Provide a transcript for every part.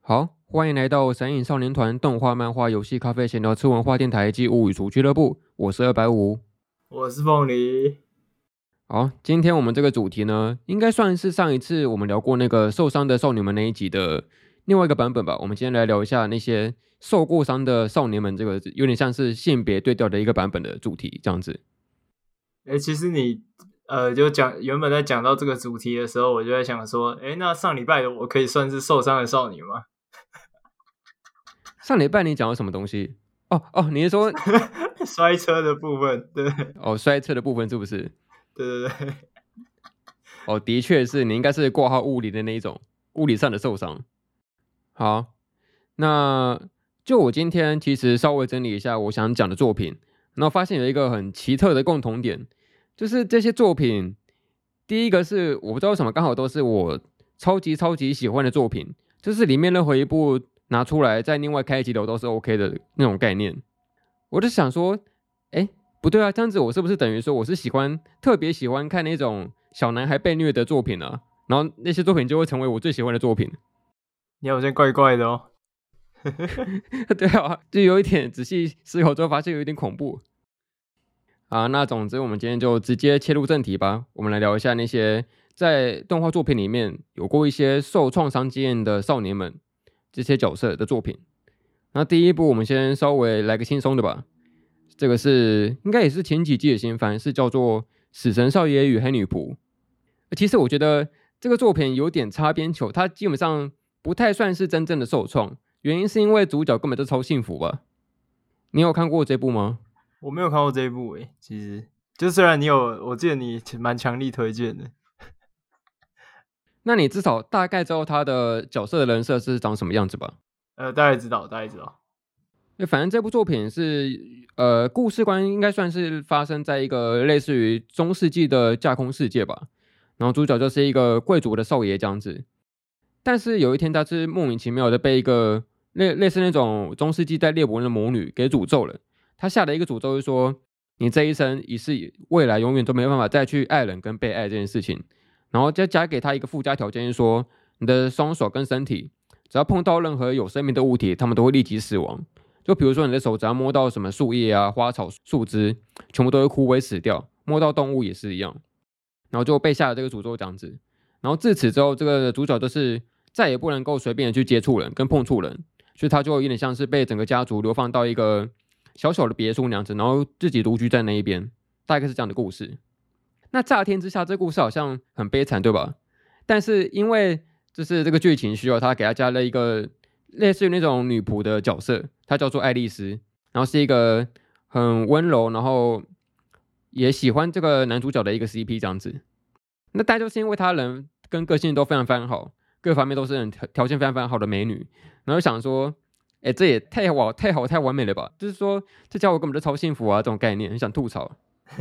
好，欢迎来到神隐少年团动画、漫画、游戏、咖啡闲聊吃文化电台暨物语厨俱乐部，我是250， 我是凤梨。 好，今天我们这个主题呢，应该算是上一次我们聊过那个受伤的少女们那一集的另外一个版本吧。我们今天来聊一下那些受过伤的少年们，这个有点像是性别对调的一个版本的主题，这样子。 其实你就原本在讲到这个主题的时候，我就在想说，那上礼拜的我可以算是受伤的少女吗？ 上礼拜你讲了什么东西？你是说摔车的部分？对。 摔车的部分是不是？ 对。 的确是你应该是挂号物理的那一种，物理上的受伤。好，那就我今天其实稍微整理一下我想讲的作品，然后发现有一个很奇特的共同点，就是这些作品，第一个是我不知道为什么刚好都是我超级喜欢的作品，就是里面任何一部拿出来再另外开一集聊都是 OK 的那种概念。我就想说，不对啊，这样子我是不是等于说我是特别喜欢看那种小男孩被虐的作品啊？然后那些作品就会成为我最喜欢的作品。 你好像怪怪的哦。 对啊，就有一点仔细思考之后发现有一点恐怖啊。那总之我们今天就直接切入正题吧，我们来聊一下那些在动画作品里面有过一些受创伤经验的少年们这些角色的作品。那第一部我们先稍微来个轻松的吧，这个是应该也是前几季的新番，是叫做《死神少爷与黑女仆》。其实我觉得这个作品有点擦边球，它基本上不太算是真正的受创，原因是因为主角根本就超幸福吧。你有看过这部吗？ 我没有看过这一部其实就虽然我记得你蛮强力推荐的。 那你至少大概知道他的角色的人设是长什么样子吧？ 大概知道。 反正这部作品是故事观应该算是发生在一个类似于中世纪的架空世界吧，然后主角就是一个贵族的少爷这样子。但是有一天他是莫名其妙的被一个类似那种中世纪在猎魔的魔女给诅咒了。他下了一个诅咒，是说你这一生一世未来永远都没办法再去爱人跟被爱这件事情，然后再加给他一个附加条件，是说你的双手跟身体只要碰到任何有生命的物体，他们都会立即死亡。就比如说你的手只要摸到什么树叶啊、花草、树枝，全部都会枯萎死掉，摸到动物也是一样。然后就被下了这个诅咒这样子。然后自此之后，这个主角就是再也不能够随便的去接触人跟碰触人，所以他就有点像是被整个家族流放到一个小小的别墅那样子，然后自己独居在那一边，大概是这样的故事。那乍听之下，这故事好像很悲惨，对吧？但是因为就是这个剧情需要，他给他加了一个类似于那种女仆的角色，她叫做爱丽丝，然后是一个很温柔，然后也喜欢这个男主角的一个 CP 这样子。那大概就是因为她人跟个性都非常好，各方面都是很条件非常好的美女，然后想说，这也太完美了吧？就是说这家伙根本就超幸福啊，这种概念很想吐槽。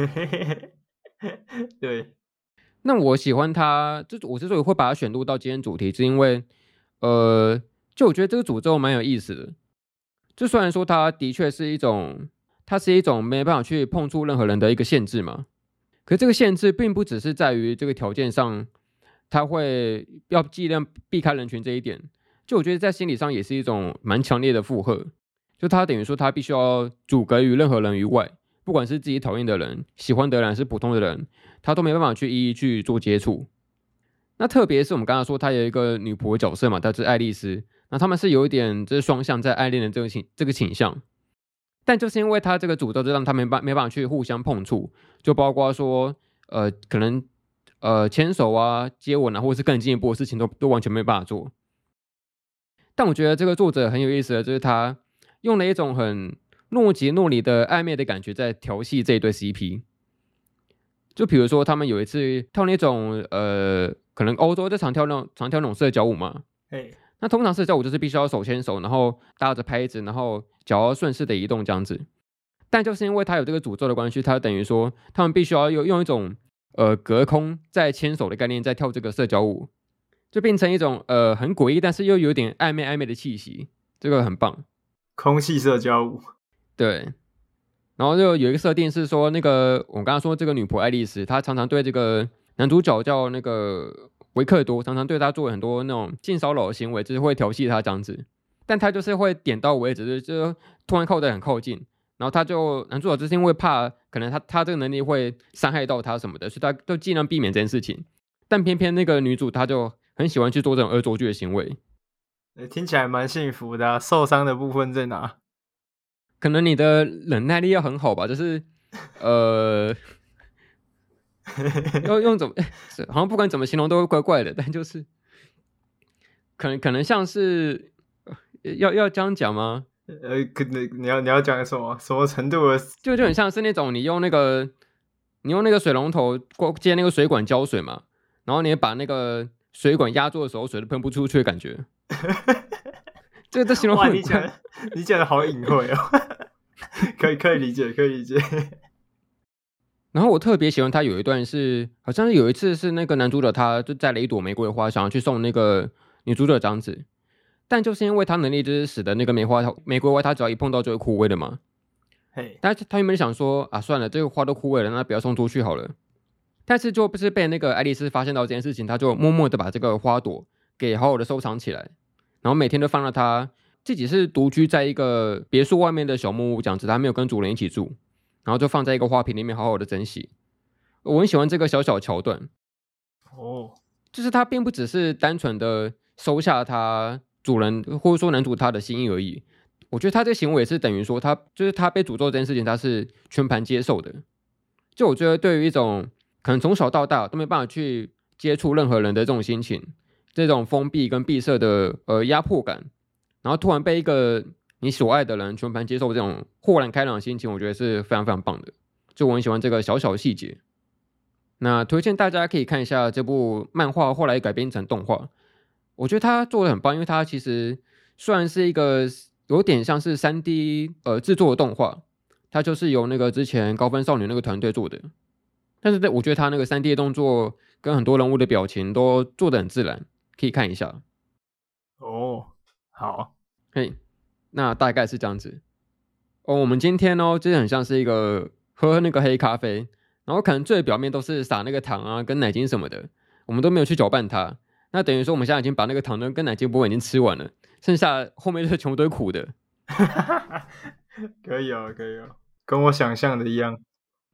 对。 那我喜欢他，我之所以会把它选入到今天主题，是因为就我觉得这个诅咒蛮有意思的。就虽然说它的确是一种没办法去碰触任何人的一个限制嘛，可是这个限制并不只是在于这个条件上，它会要尽量避开人群这一点。就我觉得在心理上也是一种蛮强烈的负荷，就他等于说他必须要阻隔于任何人以外，不管是自己讨厌的人、喜欢的人还是普通的人，他都没办法去一一去做接触。那特别是我们刚刚说他有一个女仆的角色嘛，她是爱丽丝，那他们是有一点就是双向在爱恋的这个倾向，但就是因为他这个诅咒，就让他没办法去互相碰触，就包括说可能牵手啊、接吻啊，或者是更进一步的事情都完全没办法做。但我觉得这个作者很有意思的就是他用了一种很若即若离的暧昧的感觉在调戏这一对 CP。就比如说他们有一次跳那种可能欧洲就常跳那种社交舞嘛，那通常社交舞就是必须要手牵手，然后搭着拍子，然后脚要顺势的移动这样子。但就是因为他有这个诅咒的关系，他等于说他们必须要用一种隔空在牵手的概念在跳这个社交舞，就变成一种很诡异但是又有点暧昧的气息，这个很棒。 空气社交舞。 对。然后就有一个设定是说，那个我刚刚说这个女仆爱丽丝，她常常对这个男主角叫那个维克多常常对他做很多那种性骚扰的行为，就是会调戏他这样子，但他就是会点到为止，就突然靠得很靠近，然后男主角就是因为怕可能他这个能力会伤害到他什么的，所以他都尽量避免这件事情，但偏偏那个女主她就很喜欢去做这种恶作剧的行为。 听起来蛮幸福的啊，受伤的部分在哪？ 可能你的忍耐力要很好吧，就是要用怎么好像不管怎么形容都会怪怪的，但就是可能像是要这样讲吗？ 你要讲什么程度的？ 就很像是那种你用那个水龙头接那个水管浇水嘛，然后你把那个水管压住的时候，水都喷不出去的感觉。这形容哇， 很你讲的好隐晦哦，可以理解，可以理解。 然后我特别喜欢他有一段是，好像是有一次是那个男主角他就摘了一朵玫瑰花，想要去送那个女主角这样子，但就是因为他能力就是使得那个玫瑰花，他只要一碰到就会枯萎的嘛。但是他原本想说啊，算了，这个花都枯萎了，那不要送出去好了。但是就不是被那个爱丽丝发现到这件事情，他就默默的把这个花朵给好好的收藏起来，然后每天都放到他自己是独居在一个别墅外面的小木屋这样子，他没有跟主人一起住。然后就放在一个花瓶里面，好好的珍惜。我很喜欢这个小小桥段，就是他并不只是单纯的收下他主人或者说男主他的心意而已。我觉得他这个行为也是等于说他被诅咒这件事情，他是全盘接受的。就我觉得对于一种可能从小到大都没办法去接触任何人的这种心情，这种封闭跟闭塞的压迫感，然后突然被一个你所爱的人全盘接受这种豁然开朗的心情，我觉得是非常非常棒的。就我很喜欢这个小小的细节。那推荐大家可以看一下这部漫画后来改编成动画，我觉得他做的很棒，因为他其实虽然是一个有点像是 3D 制作的动画，它就是由那个之前高分少女那个团队做的，但是我觉得他那个 3D 的动作跟很多人物的表情都做得很自然，可以看一下。 好， 嘿。那大概是这样子我们今天真的很像是一个喝那个黑咖啡，然后可能最表面都是撒那个糖啊跟奶精什么的，我们都没有去搅拌它。那等于说我们现在已经把那个糖跟奶精部分已经吃完了，剩下后面就全部都是苦的。 可以哦，跟我想象的一样。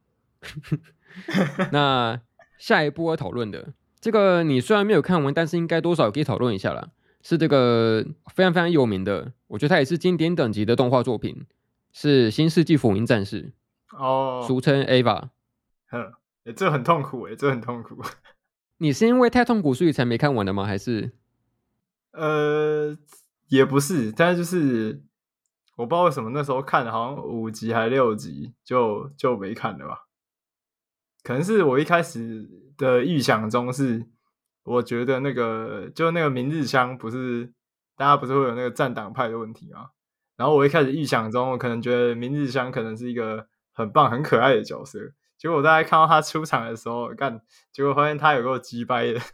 那下一步要讨论的这个，你虽然没有看完，但是应该多少也可以讨论一下啦。是这个非常非常有名的，我觉得它也是经典等级的动画作品，是《新世纪福音战士》俗称 Eva。 这很痛苦这很痛苦。 你是因为太痛苦所以才没看完的吗？还是？ 也不是，但是就是我不知道为什么那时候看了好像5集还6集就没看了吧。可能是我一开始的预想中是，我觉得那个明日香不是大家不是会有那个战党派的问题吗？然后我一开始预想中，我可能觉得明日香可能是一个很棒很可爱的角色，结果我大概看到他出场的时候，结果发现他有够鸡掰的。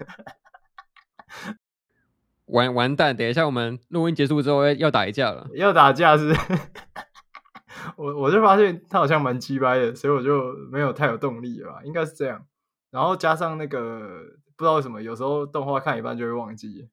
完蛋！等一下我们录音结束之后要打一架了。 要打架是我就发现他好像蛮鸡掰的，所以我就没有太有动力了吧，应该是这样。然后加上那个不知道为什么，有时候动画看一半就会忘记。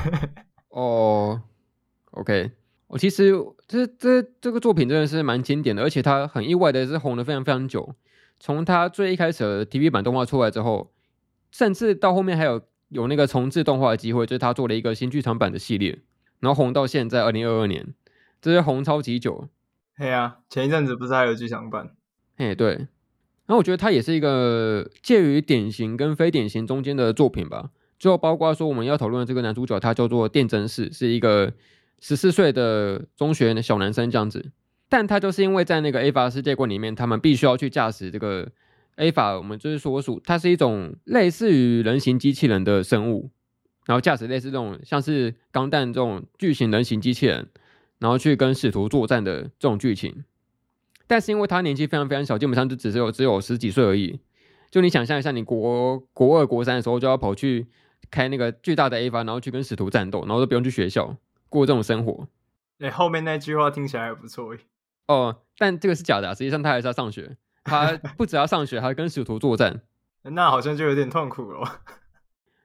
OK， 其实这个作品真的是蛮经典的，而且它很意外的是红了非常非常久。从它最一开始的 TV 版动画出来之后，甚至到后面还有那个重制动画的机会，就是他做了一个新剧场版的系列，然后红到现在2022年，这是红超级久。 嘿啊，前一阵子不是还有剧场版？ 嘿，对。然后我觉得它也是一个介于典型跟非典型中间的作品吧。最后包括说我们要讨论的这个男主角，他叫做电真士，是一个14岁的中学小男生这样子。但他就是因为在那个 Eva 世界观里面，他们必须要去驾驶这个 Eva， 我们就是说它是一种类似于人形机器人的生物，然后驾驶类似这种像是钢弹这种巨型人形机器人，然后去跟使徒作战的这种剧情。但是因为他年纪非常非常小，基本上就只有10几岁而已。就你想象一下，你国2、国3的时候就要跑去开那个巨大的 Eva， 然后去跟使徒战斗，然后都不用去学校过这种生活。 后面那句话听起来还不错但这个是假的实际上他还是要上学，他不只要上学，还要跟使徒作战。 那好像就有点痛苦了。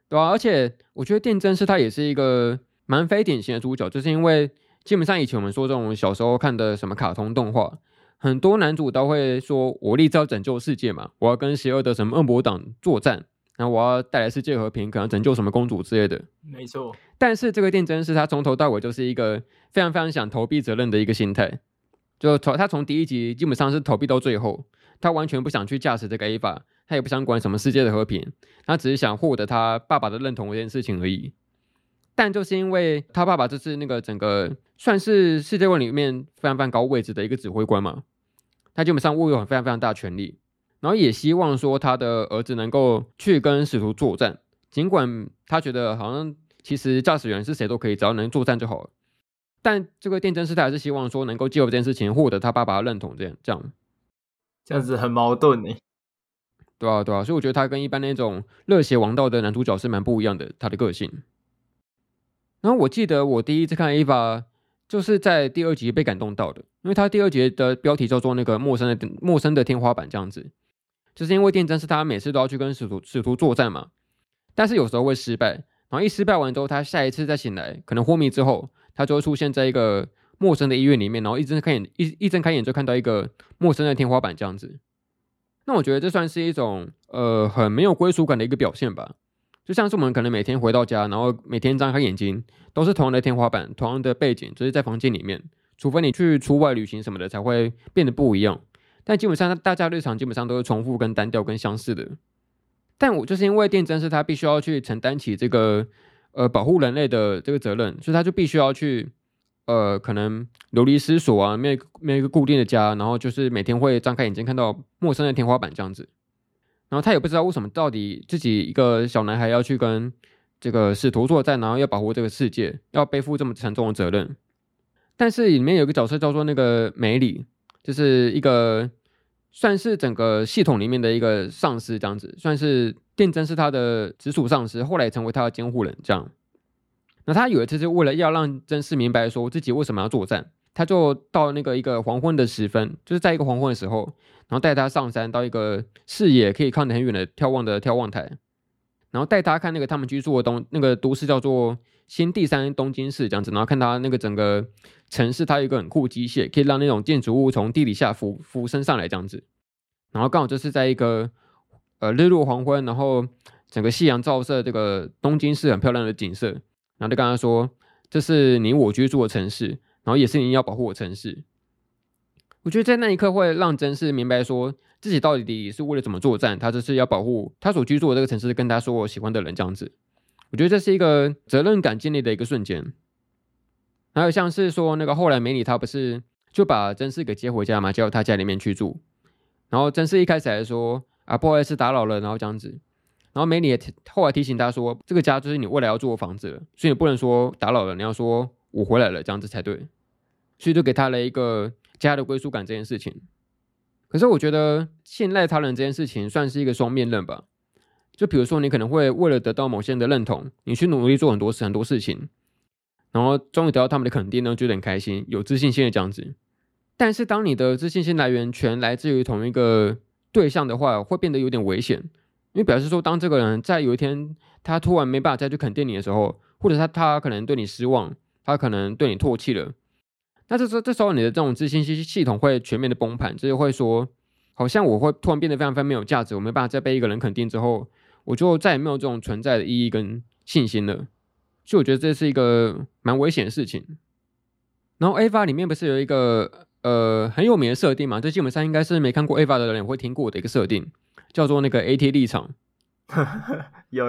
对啊，而且我觉得电真是他也是一个蛮非典型的主角，就是因为基本上以前我们说这种小时候看的什么卡通动画，很多男主都会说我立志要拯救世界嘛，我要跟邪恶的什么恶魔党作战，然后我要带来世界和平，可能拯救什么公主之类的。 没错。 但是这个电真是他从头到尾就是一个非常非常想逃避责任的一个心态，就他从第一集基本上是逃避到最后，他完全不想去驾驶这个 A 法，他也不想管什么世界的和平，他只是想获得他爸爸的认同这件事情而已。但就是因为他爸爸就是那个整个算是世界观里面非常非常高位置的一个指挥官嘛，他基本上握有非常非常大的权力，然后也希望说他的儿子能够去跟使徒作战，尽管他觉得好像其实驾驶员是谁都可以，只要能作战就好了。但这个电真师他还是希望说能够借由这件事情获得他爸爸的认同， 这样子很矛盾呢。 对啊，对啊，所以我觉得他跟一般那种热血王道的男主角是蛮不一样的，他的个性。然后我记得我第一次看 Eva 就是在第2集被感动到的，因为他第2集的标题叫做那个陌生的天花板这样子，就是因为电真是他每次都要去跟使徒作战嘛，但是有时候会失败，然后一失败完之后，他下一次再醒来，可能昏迷之后，他就会出现在一个陌生的医院里面，然后一睁开眼就看到一个陌生的天花板这样子。那我觉得这算是一种很没有归属感的一个表现吧。就像是我们可能每天回到家，然后每天张开眼睛都是同样的天花板，同样的背景，就是在房间里面，除非你去出外旅行什么的才会变得不一样。但基本上大家日常基本上都是重复跟单调跟相似的。但我就是因为电真是他必须要去承担起这个保护人类的这个责任，所以他就必须要去可能流离失所啊，没有一个固定的家，然后就是每天会张开眼睛看到陌生的天花板这样子。然后他也不知道为什么到底自己一个小男孩要去跟这个使徒作战，然后要保护这个世界，要背负这么沉重的责任。但是里面有一个角色叫做那个梅里，就是一个算是整个系统里面的一个上司这样子，算是电真是他的直属上司，后来成为他的监护人这样。那他有一次是为了要让真嗣明白说自己为什么要作战，他就到那个一个黄昏的时分，就是在一个黄昏的时候，然后带他上山到一个视野可以看得很远的眺望台，然后带他看那个他们居住的那个都市叫做新第3东京市这样子，然后看他那个整个城市，它有一个很酷机械，可以让那种建筑物从地底下浮升上来这样子。然后刚好就是在一个日落黄昏，然后整个夕阳照射这个东京市很漂亮的景色，然后就跟他说，这是你我居住的城市，然后也是你要保护的城市。我觉得在那一刻会让真嗣明白说自己到底是为了怎么作战，他就是要保护他所居住的这个城市，跟他说我喜欢的人这样子。我觉得这是一个责任感建立的一个瞬间。还有像是说那个后来梅里他不是就把真嗣给接回家嘛，接到他家里面去住，然后真嗣一开始还说啊不好意思打扰了，然后这样子，然后梅里也后来提醒他说这个家就是你未来要住的房子了，所以你不能说打扰了，你要说我回来了这样子才对，所以就给他了一个家的归属感这件事情。可是我觉得信赖他人这件事情算是一个双面刃吧，就比如说你可能会为了得到某些人的认同，你去努力做很多事情，然后终于得到他们的肯定呢，觉得很开心，有自信心的这样子。但是当你的自信心来源全来自于同一个对象的话，会变得有点危险，因为表示说当这个人在有一天他突然没办法再去肯定你的时候，或者他可能对你失望，他可能对你唾弃了，那这时候你的这种自信心系统会全面的崩盘，就是会说好像我会突然变得非常非常没有价值，我没办法再被一个人肯定之后，我就再也没有这种存在的意义跟信心了。所以我觉得这是一个蛮危险的事情。然后 Eva 里面不是有一个很有名的设定嘛，这基本上应该是没看过 Eva 的人会听过的一个设定，叫做那个 AT 立场。 有。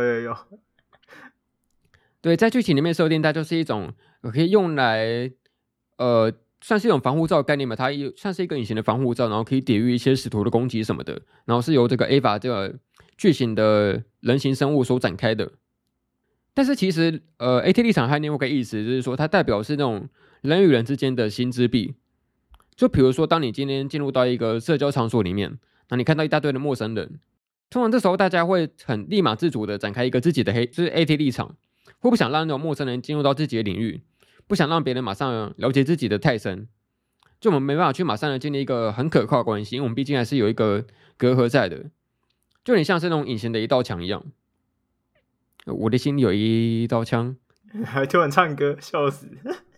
对，在剧情里面设定它就是一种可以用来算是一种防护罩的概念嘛，它算是一个隐形的防护罩，然后可以抵御一些使徒的攻击什么的，然后是由这个 Eva 这个巨型的人形生物所展开的。但是其实AT 立场还有另外一个意思，就是说它代表是那种人与人之间的心之壁。就比如说当你今天进入到一个社交场所里面，那你看到一大堆的陌生人，通常这时候大家会很立马自主的展开一个自己的就是 AT 立场，会不想让那种陌生人进入到自己的领域，不想让别人马上了解自己的太深，就我们没办法去马上的建立一个很可靠的关系，因为我们毕竟还是有一个隔阂在的，就有点像是那种隐形的一道墙一样。 我的心里有一道枪， 还突然唱歌，笑死。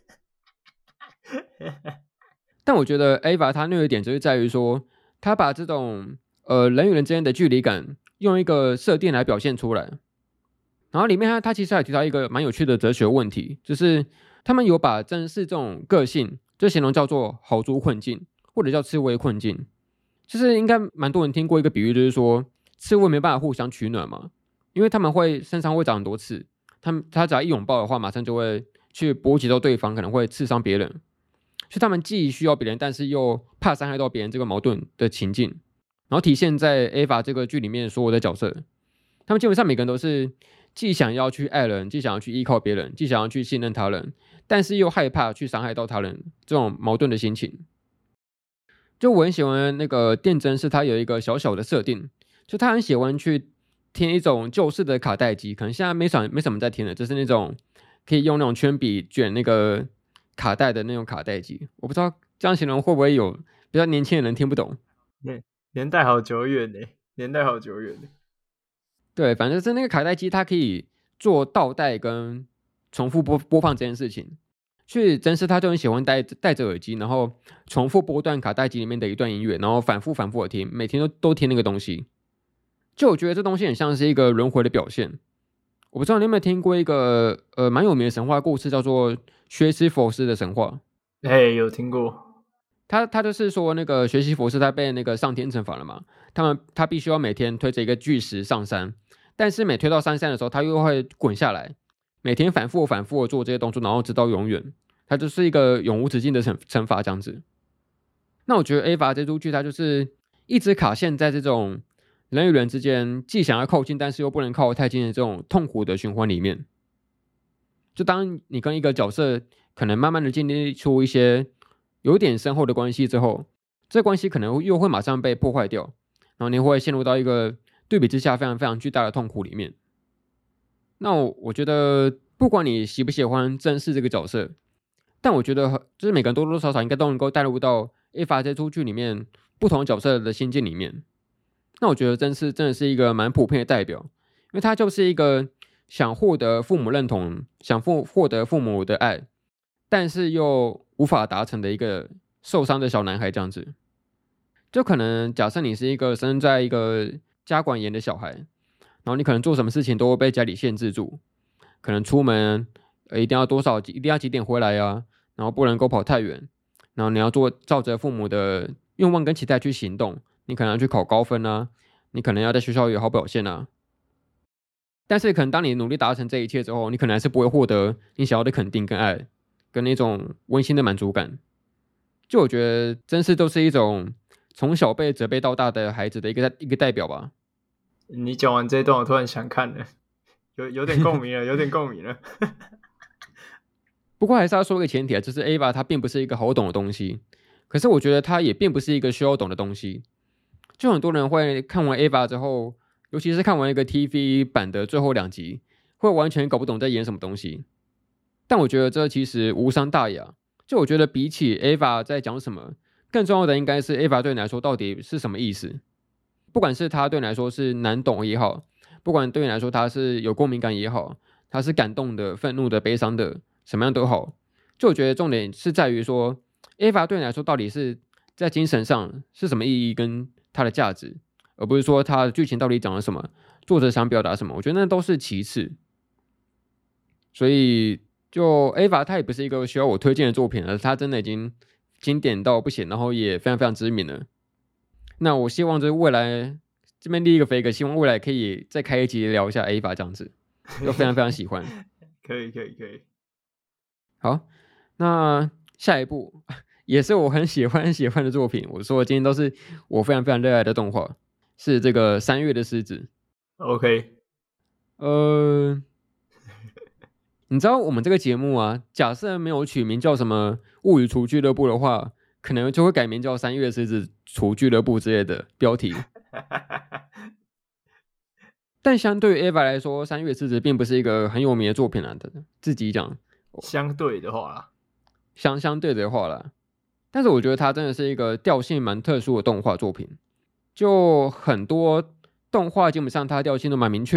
但我觉得 Ava 它虐的点就是在于说，它把这种人与人之间的距离感用一个设定来表现出来。然后里面它其实还提到一个蛮有趣的哲学问题，就是他们有把真视这种个性就形容叫做豪猪困境，或者叫刺猬困境。就是应该蛮多人听过一个比喻，就是说刺猬没办法互相取暖嘛，因为他们身上会长很多刺，他只要一拥抱的话，马上就会去波及到对方，可能会刺伤别人。所以他们既需要别人，但是又怕伤害到别人这个矛盾的情境，然后体现在 Ava 这个剧里面所有的角色，他们基本上每个人都是既想要去爱人，既想要去依靠别人，既想要去信任他人，但是又害怕去伤害到他人，这种矛盾的心情。就我很喜欢那个电真是他有一个小小的设定，就他很喜欢去听一种旧式的卡带机，可能现在没什么在听的，就是那种可以用那种铅笔卷那个卡带的那种卡带机。我不知道这样形容会不会有比较年轻的人听不懂。 年代好久远呢，年代好久远呢。 对，反正是那个卡带机，它可以做倒带跟重复播放这件事情。去真是他就很喜欢戴着耳机，然后重复播段卡带机里面的一段音乐，然后反复的听，每天都听那个东西。就我觉得这东西很像是一个轮回的表现。我不知道你有没有听过一个蛮有名的神话故事，叫做薛西弗斯的神话。 有听过。 他就是说那个薛西弗斯他被那个上天惩罚了嘛，他必须要每天推着一个巨石上山，但是每推到山的时候，他又会滚下来，每天反复的做这些动作，然后直到永远，它就是一个永无止境的惩罚这样子。那我觉得 Ava 这出剧它就是一直卡陷在这种人与人之间既想要靠近，但是又不能靠太近的这种痛苦的循环里面。就当你跟一个角色可能慢慢的建立出一些有点深厚的关系之后，这关系可能又会马上被破坏掉，然后你会陷入到一个对比之下非常非常巨大的痛苦里面。那我觉得不管你喜不喜欢真视这个角色，但我觉得就是每个人多多少少应该都能够带入到 Ava 这出剧里面不同角色的心境里面。那我觉得真的是一个蛮普遍的代表，因为他就是一个想获得父母认同，想获得父母的爱，但是又无法达成的一个受伤的小男孩这样子。就可能假设你是一个生在一个家管严的小孩，然后你可能做什么事情都会被家里限制住，可能出门一定要几点回来啊，然后不能够跑太远，然后你要照着父母的愿望跟期待去行动，你可能要去考高分啊，你可能要在学校有好表现啊。但是可能当你努力达成这一切之后，你可能还是不会获得你想要的肯定跟爱，跟那种温馨的满足感。就我觉得真是都是一种从小被责备到大的孩子的一个代表吧。 你讲完这一段，我突然想看了，有点共鸣了，有点共鸣了。 不过还是要说一个前提，就是 Ava 它并不是一个好懂的东西，可是我觉得它也并不是一个需要懂的东西。就很多人会看完 Ava 之后，尤其是看完一个 TV 版的最后2集，会完全搞不懂在演什么东西。但我觉得这其实无伤大雅。就我觉得比起 Ava 在讲什么，更重要的应该是 Ava 对你来说到底是什么意思。不管是它对你来说是难懂也好，不管对你来说它是有共鸣感也好，它是感动的、愤怒的、悲伤的，什么样都好。就我觉得重点是在于说 Ava 对你来说到底是在精神上是什么意义跟它的价值，而不是说它的剧情到底讲了什么，作者想表达什么，我觉得那都是其次。所以就 Ava 它也不是一个需要我推荐的作品，而它真的已经经典到不行，然后也非常非常知名了。那我希望就是未来这边立一个飞哥，希望未来可以再开一集聊一下 Ava 这样子，就非常非常喜欢。 可以。 好，那下一部也是我很喜欢的作品。我说今天都是我非常非常热爱的动画，是这个3月的狮子。 OK， 你知道我们这个节目啊，假设没有取名叫什么物语厨俱乐部的话，可能就会改名叫3月狮子厨俱乐部之类的标题。但相对于 Ava 来说，3月狮子并不是一个很有名的作品啊，自己讲。 相对的话啦， 相对的话啦，但是我觉得它真的是一个调性蛮特殊的动画作品。就很多动画基本上它调性都蛮明确的，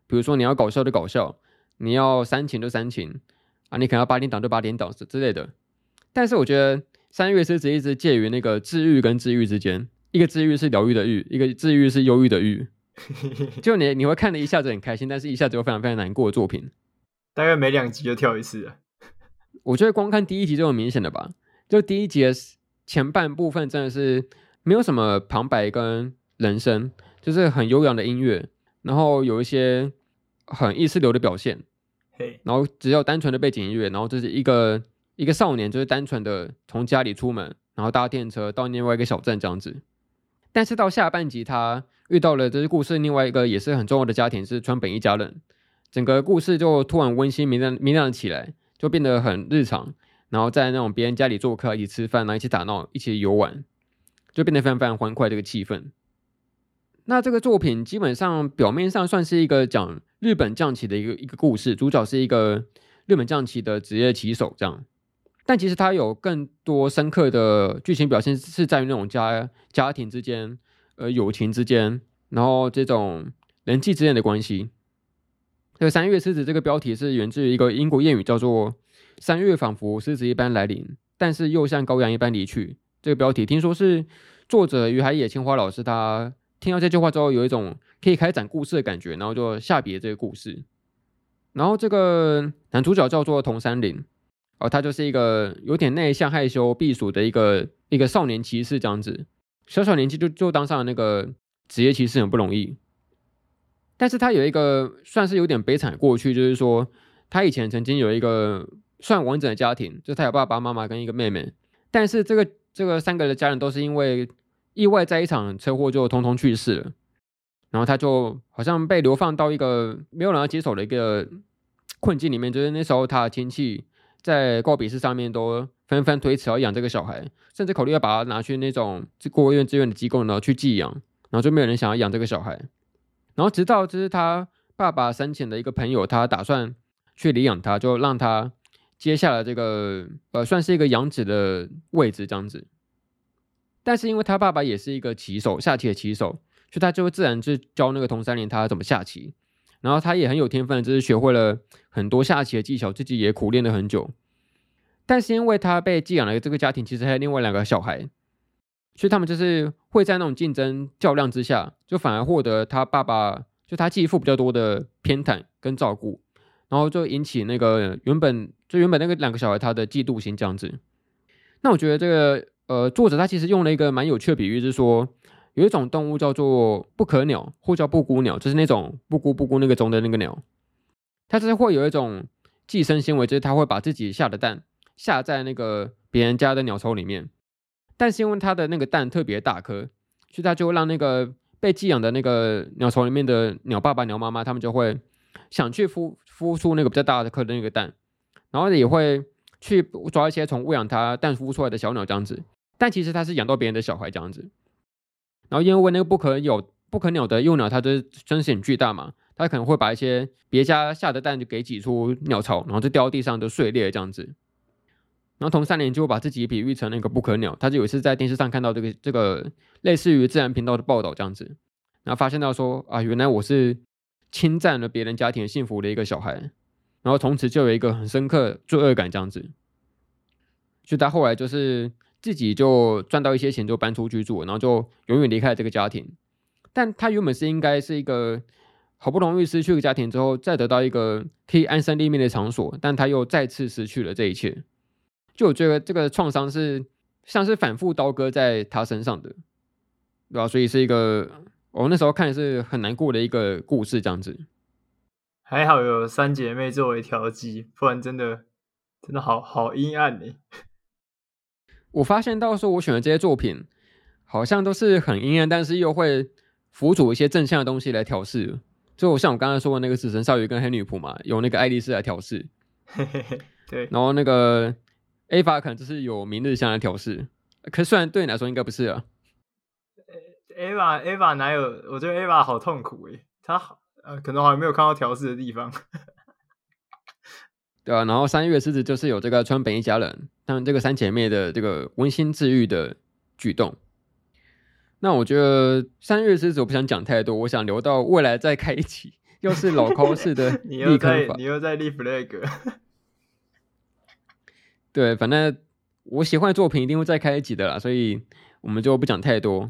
比如说你要搞笑就搞笑，你要煽情就煽情啊，你可能要八点档就八点档之类的。但是我觉得三月狮子一直介于那个治愈跟治愈之间，一个治愈是疗愈的愈，一个治愈是忧郁的郁。就你会看得一下子很开心，但是一下子又非常非常难过的作品。 大概每2集就跳一次了。 我觉得光看第1集就很明显的吧，就第1集的前半部分真的是没有什么旁白跟人声，就是很悠扬的音乐，然后有一些很意识流的表现，然后只有单纯的背景音乐，然后就是一个少年就是单纯的从家里出门，然后搭电车到另外一个小镇这样子。但是到下半集他遇到了这是故事另外一个也是很重要的家庭，是川本一家人，整个故事就突然温馨明亮起来，就变得很日常，然后在那种别人家里做客，一起吃饭，然后一起打闹，一起游玩，就变得非常非常欢快这个气氛。那这个作品基本上表面上算是一个讲日本将棋的一个故事，主角是一个日本将棋的职业棋手这样，但其实它有更多深刻的剧情表现是在于那种家庭之间、友情之间，然后这种人际之间的关系。这个三月狮子这个标题是源自于一个英国谚语，叫做“三月仿佛狮子一般来临，但是又像羔羊一般离去”。这个标题听说是作者于海野青花老师他听到这句话之后，有一种可以开展故事的感觉，然后就下笔这个故事。然后这个男主角叫做桐山绫，他就是一个有点内向、害羞、避暑的一个少年骑士这样子，小年纪就当上了那个职业骑士很不容易。但是他有一个算是有点悲惨的过去，就是说他以前曾经有一个算完整的家庭，就是他有爸爸妈妈跟一个妹妹，但是这个3个的家人都是因为意外在一场车祸就通通去世了，然后他就好像被流放到一个没有人要接手的一个困境里面，就是那时候他的亲戚在告别式上面都纷纷推辞要养这个小孩，甚至考虑要把他拿去那种孤儿院志愿的机构，然后去寄养，然后就没有人想要养这个小孩。然后直到就是他爸爸生前的一个朋友，他打算去领养他，就让他接下了这个算是一个养子的位置这样子。但是因为他爸爸也是一个棋手，下棋的棋手，所以他就会自然就教那个桐山绫他怎么下棋。然后他也很有天分，就是学会了很多下棋的技巧，自己也苦练了很久。但是因为他被寄养了这个家庭，其实还有另外2个小孩，所以他们就是会在那种竞争较量之下，就反而获得他爸爸就他继父比较多的偏袒跟照顾，然后就引起那个原本那个2个小孩他的嫉妒心这样子。那我觉得这个作者他其实用了一个蛮有趣的比喻，是说有一种动物叫做不可鸟，或叫布谷鸟，就是那种布谷那个钟的那个鸟，它就是会有一种寄生行为，就是它会把自己下的蛋下在那个别人家的鸟巢里面，但是因为它的那个蛋特别大颗，所以它就会让那个被寄养的那个鸟巢里面的鸟爸爸鸟妈妈，他们就会想去孵出那个比较大的颗的那个蛋，然后也会去抓一些从喂养它蛋孵出来的小鸟这样子，但其实它是养到别人的小孩这样子。然后因为那个不可鸟的幼鸟，它的身形很巨大嘛，它可能会把一些别家下的蛋就给挤出鸟巢，然后就掉到地上就碎裂这样子。然后桐山绫就把自己比喻成那个不可鸟，他就有一次在电视上看到这个类似于自然频道的报道这样子，然后发现到说啊，原来我是侵占了别人家庭幸福的一个小孩，然后从此就有一个很深刻罪恶感这样子。所以他后来就是自己就赚到一些钱就搬出去住，然后就永远离开了这个家庭。但他原本是应该是一个好不容易失去一个家庭之后，再得到一个可以安身立命的场所，但他又再次失去了这一切。就我觉得这个创伤是像是反复刀割在他身上的，对吧？所以是一个我那时候看是很难过的一个故事这样子。 还好有3姐妹作为调剂，不然真的好阴暗耶。 我发现到说我选的这些作品好像都是很阴暗，但是又会辅佐一些正向的东西来调试。就我像我刚才说的那个死神少女跟黑女仆嘛，有那个爱丽丝来调试， 对， 然后那个 Ava 可能就是有明日香来调试，可是虽然对你来说应该不是啊。 Ava 哪有？我觉得 Ava 好痛苦耶，她可能还没有看到调试的地方。 对啊，然后三月狮子就是有这个川本一家人，他们这个3姐妹的这个温馨治愈的举动。那我觉得三月狮子我不想讲太多，我想留到未来再开一期， 又是老抠式的你立坑法。 你又在立 flag。 对，反正我喜欢的作品一定会再开一集的啦，所以我们就不讲太多。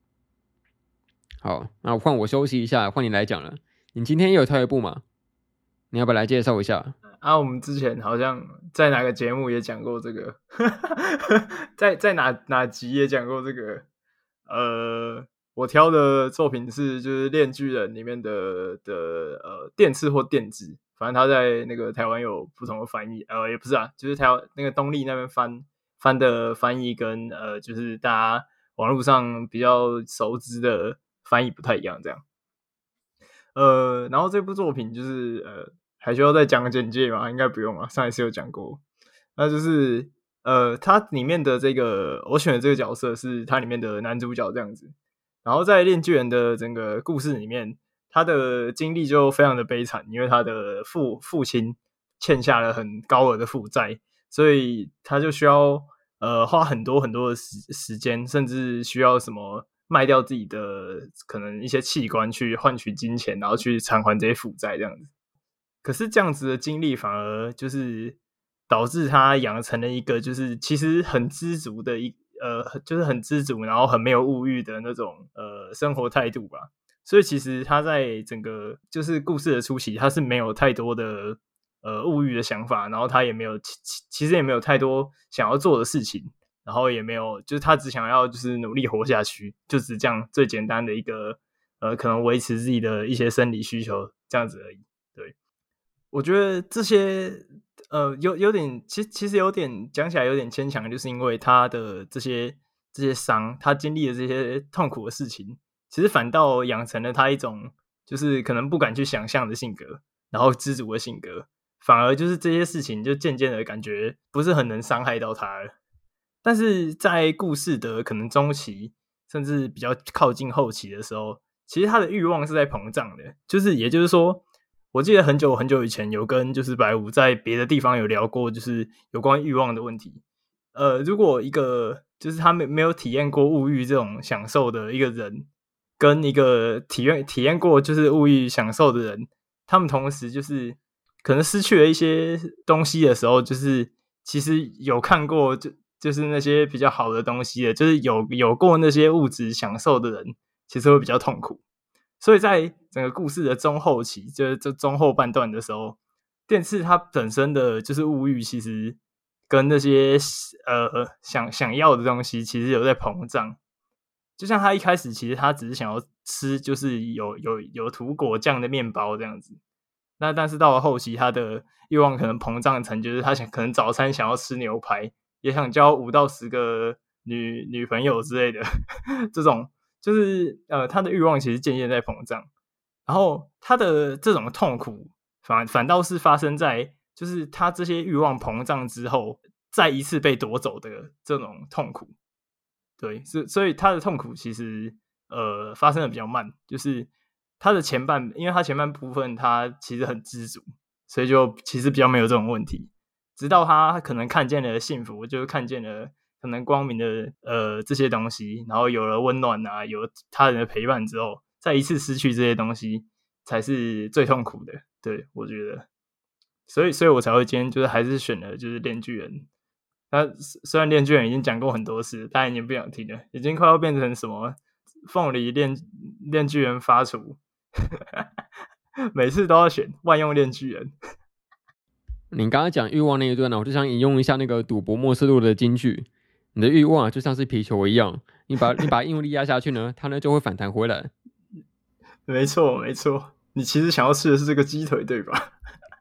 好，那换我休息一下，换你来讲了。你今天也有挑一部吗？你要不要来介绍一下？ 我们之前好像在哪个节目也讲过这个，在哪集也讲过这个。我挑的作品是就是《链锯人》里面的电次或电子，反正他在那个台湾有不同的翻译，也不是啊，就是台湾那个东立那边翻的翻译跟就是大家网络上比较熟知的翻译不太一样，这样。然后这部作品就是还需要再讲简介吗？应该不用啊，上一次有讲过。那就是它里面的这个我选的这个角色是它里面的男主角这样子。然后在链锯人的整个故事里面，他的经历就非常的悲惨，因为他的父亲欠下了很高额的负债，所以他就需要花很多很多的时间，甚至需要什么卖掉自己的可能一些器官去换取金钱，然后去偿还这些负债这样子。可是这样子的经历反而就是导致他养成了一个就是其实很知足的就是很知足，然后很没有物欲的那种生活态度吧。所以其实他在整个就是故事的初期，他是没有太多的物欲的想法，然后他也没有其实也没有太多想要做的事情，然后也没有就是他只想要就是努力活下去，就只这样最简单的一个可能维持自己的一些生理需求这样子而已。对，我觉得这些有点其实有点讲起来有点牵强，就是因为他的这些伤，他经历的这些痛苦的事情，其实反倒养成了他一种就是可能不敢去想象的性格，然后知足的性格，反而就是这些事情就渐渐的感觉不是很能伤害到他了。但是在故事的可能中期，甚至比较靠近后期的时候，其实他的欲望是在膨胀的，就是也就是说。我记得很久很久以前有跟就是白武在别的地方有聊过，就是有关欲望的问题。如果一个就是他没有体验过物欲这种享受的一个人，跟一个体验过就是物欲享受的人，他们同时就是可能失去了一些东西的时候，就是其实有看过就是那些比较好的东西的，就是有过那些物质享受的人，其实会比较痛苦。所以在整个故事的中后期，就是这中后半段的时候，电次它本身的就是物欲，其实跟那些想要的东西，其实有在膨胀。就像他一开始，其实他只是想要吃，就是有涂果酱的面包这样子。那但是到了后期，他的欲望可能膨胀成，就是他可能早餐想要吃牛排，也想交5到10个女朋友之类的这种。就是他的欲望其实渐渐在膨胀，然后他的这种痛苦反倒是发生在就是他这些欲望膨胀之后再一次被夺走的这种痛苦。对，所以他的痛苦其实发生的比较慢，就是他的因为他前半部分他其实很知足，所以就其实比较没有这种问题，直到他可能看见了幸福，就是看见了可能光明的这些东西，然后有了温暖啊，有他人的陪伴之后，再一次失去这些东西，才是最痛苦的。对，我觉得，所以我才会今天就是还是选了就是链锯人。那虽然链锯人已经讲过很多次，大家已经不想听了，已经快要变成什么凤梨链锯人发厨，每次都要选万用链锯人。 你刚刚讲欲望那一段呢，我就想引用一下那个赌博默示录的金句。你的欲望啊，就像是皮球一样，你把硬力压下去呢，它呢就会反弹回来。 没错，没错，你其实想要吃的是这个鸡腿，对吧？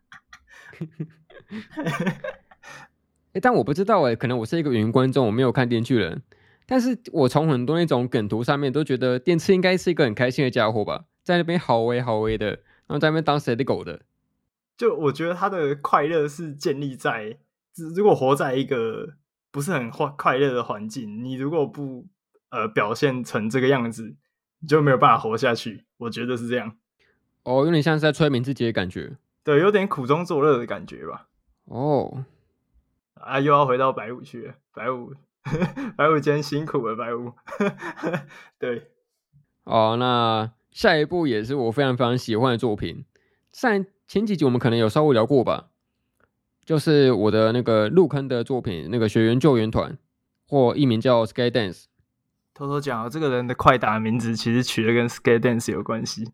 但我不知道可能我是一个云观众，我没有看电锯人，但是我从很多那种梗图上面都觉得电次应该是一个很开心的家伙吧，在那边好威的，然后在那边当谁的狗的。 就我觉得他的快乐是建立在如果活在一个不是很快乐的环境，你如果不表现成这个样子，你就没有办法活下去。我觉得是这样。 哦，有点像是在催眠自己的感觉。 对，有点苦中作乐的感觉吧。 哦， 又要回到白武去了。白武今天辛苦了，白武。对。 哦，那下一部也是我非常非常喜欢的作品， 前几集我们可能有稍微聊过吧，就是我的那个入坑的作品，那个学员救援团，或艺名叫 Skydance。 偷偷讲啊，这个人的快打名字其实取的跟 Skydance 有关系。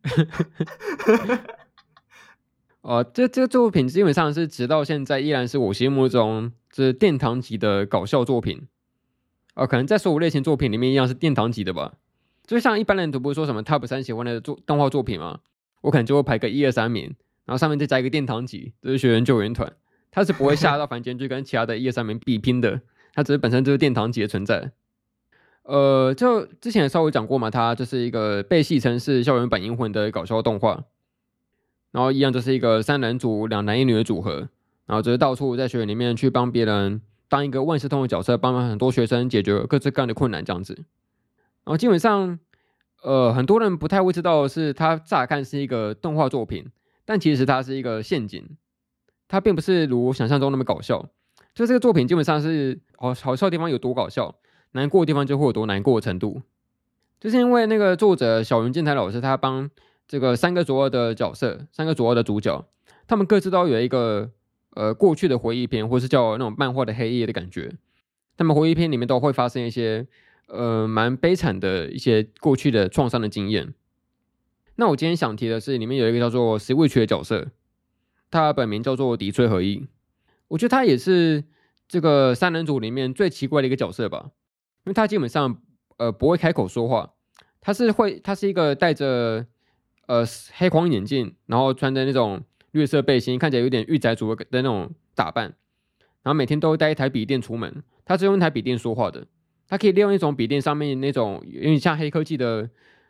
这个作品基本上是直到现在依然是我心目中这殿堂级的搞笑作品。可能在所有类型作品里面一样是殿堂级的吧。就像一般人都不会说什么 Top 3喜欢的动画作品嘛，我可能就会排个1、2、3名，然后上面再加一个殿堂级，就是学员救援团。他是不会下到凡间去跟其他的1、2、3名比拼的，他只是本身就是殿堂级的存在。就之前也稍微讲过嘛，它就是一个被戏称是校园版银魂的搞笑动画。然后一样就是一个3男主2男1女的组合，然后就是到处在学院里面去帮别人当一个万事通的角色，帮很多学生解决各式各样的困难这样子。然后基本上很多人不太会知道的是，它乍看是一个动画作品，但其实它是一个陷阱，它并不是如想象中那么搞笑。就这个作品基本上是好笑的地方有多搞笑，难过的地方就会有多难过的程度。就是因为那个作者小云健太老师，他帮这个3个主要的角色，3个主要的主角，他们各自都有一个过去的回忆篇，或是叫那种漫画的黑夜的感觉。他们回忆篇里面都会发生一些蛮悲惨的一些过去的创伤的经验。那我今天想提的是，里面有一个叫做 Switch 的角色，他本名叫做迪崔和一。我觉得他也是这个3人组里面最奇怪的一个角色吧，因为他基本上不会开口说话，他是一个戴着黑框眼镜，然后穿着那种绿色背心，看起来有点御宅族的那种打扮，然后每天都会带一台笔电出门。他是用一台笔电说话的，他可以利用一种笔电上面那种有点像黑科技的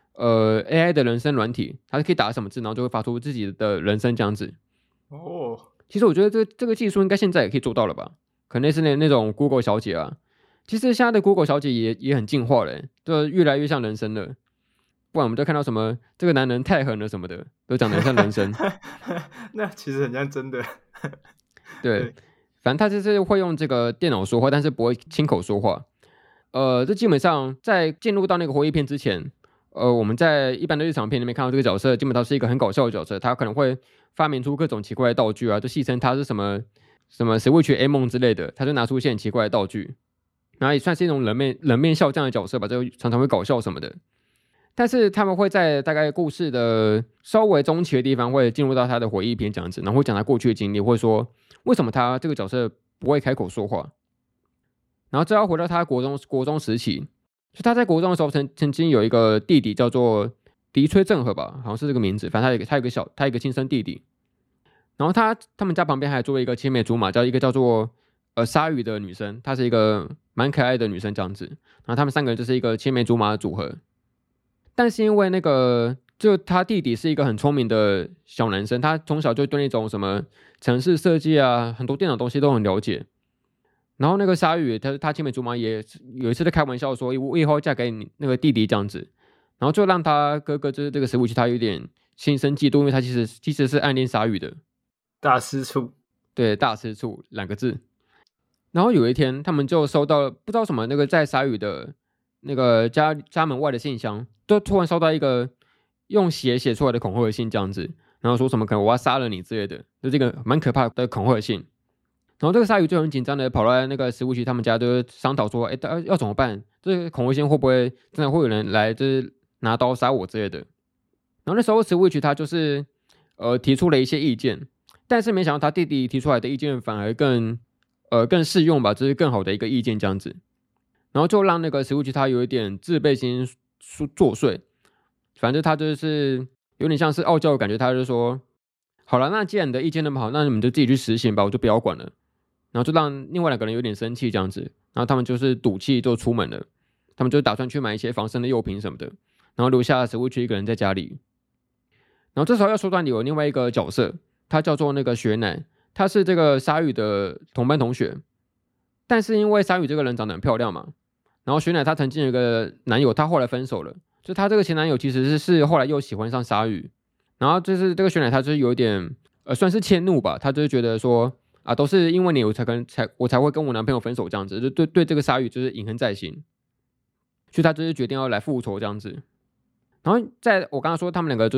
AI 的人声软体，他可以打什么字，然后就会发出自己的人声这样子。其实我觉得这个技术应该现在也可以做到了吧？可能是那种 Google 小姐啊，其实现在的 Google 小姐也很进化了，就越来越像人声了。不然我们就看到什么这个男人太狠了什么的，都长得像人声。 那其实很像真的。 对，反正他就是会用这个电脑说话，但是不会亲口说话。这基本上在进入到那个回忆片之前，我们在一般的日常片里面看到这个角色，基本上是一个很搞笑的角色，他可能会发明出各种奇怪的道具啊，就戏称他是什么 Switch A 梦之类的，他就拿出一些很奇怪的道具，然后也算是一种冷面笑匠的角色吧，就常常会搞笑什么的。但是他们会在大概故事的稍微中期的地方，会进入到他的回忆篇这样子，然后会讲他过去的经历，或者说为什么他这个角色不会开口说话。然后这要回到他国中时期，就他在国中的时候曾经有一个弟弟叫做迪崔正和吧，好像是这个名字，反正他有一个亲生弟弟。然后他们家旁边还做一个青梅竹马，一个叫做鲨鱼的女生，她是一个蛮可爱的女生这样子。然后他们3个人就是一个青梅竹马的组合。但是因为就他弟弟是一个很聪明的小男生，他从小就对那种什么程式设计啊，很多电脑东西都很了解。然后那个鲨鱼，他青梅竹马也有一次在开玩笑说，我以后嫁给你那个弟弟这样子，然后就让他哥哥就是这个Switch他有点心生嫉妒，因为他其实是暗恋鲨鱼的。 大吃醋， 对，大吃醋2个字。然后有一天，他们就收到不知道什么那个在鲨鱼的那个家门外的信箱，就突然收到一个用血写出来的恐吓信这样子，然后说什么可能我要杀了你之类的，就这个蛮可怕的恐吓信。然后这个鲨鱼就很紧张的跑来那个Switch他们家，就是商讨说，要怎么办？这个恐吓信会不会真的会有人来就是拿刀杀我之类的？然后那时候Switch他就是提出了一些意见，但是没想到他弟弟提出来的意见反而更适用吧，这是更好的一个意见这样子。然后就让那个Switch他有一点自卑心作祟，反正他就是有点像是傲娇的感觉，他就说好了，那既然你的意见那么好，那你们就自己去实行吧，我就不要管了。然后就让另外2个人有点生气这样子，然后他们就是赌气就出门了，他们就打算去买一些防身的用品什么的，然后留下Switch一个人在家里。然后这时候要说到有另外一个角色，他叫做那个雪乃，他是这个鲨鱼的同班同学，但是因为鲨鱼这个人长得很漂亮嘛，然后雪乃她曾经有一个男友，她后来分手了，就她这个前男友其实是后来又喜欢上鲨鱼，然后就是这个雪乃她就是有一点算是迁怒吧，她就是觉得说啊都是因为你我才会跟我男朋友分手这样子，就对这个鲨鱼就是隐恨在心，所以她就是决定要来复仇这样子。然后在我刚刚说他们2个就是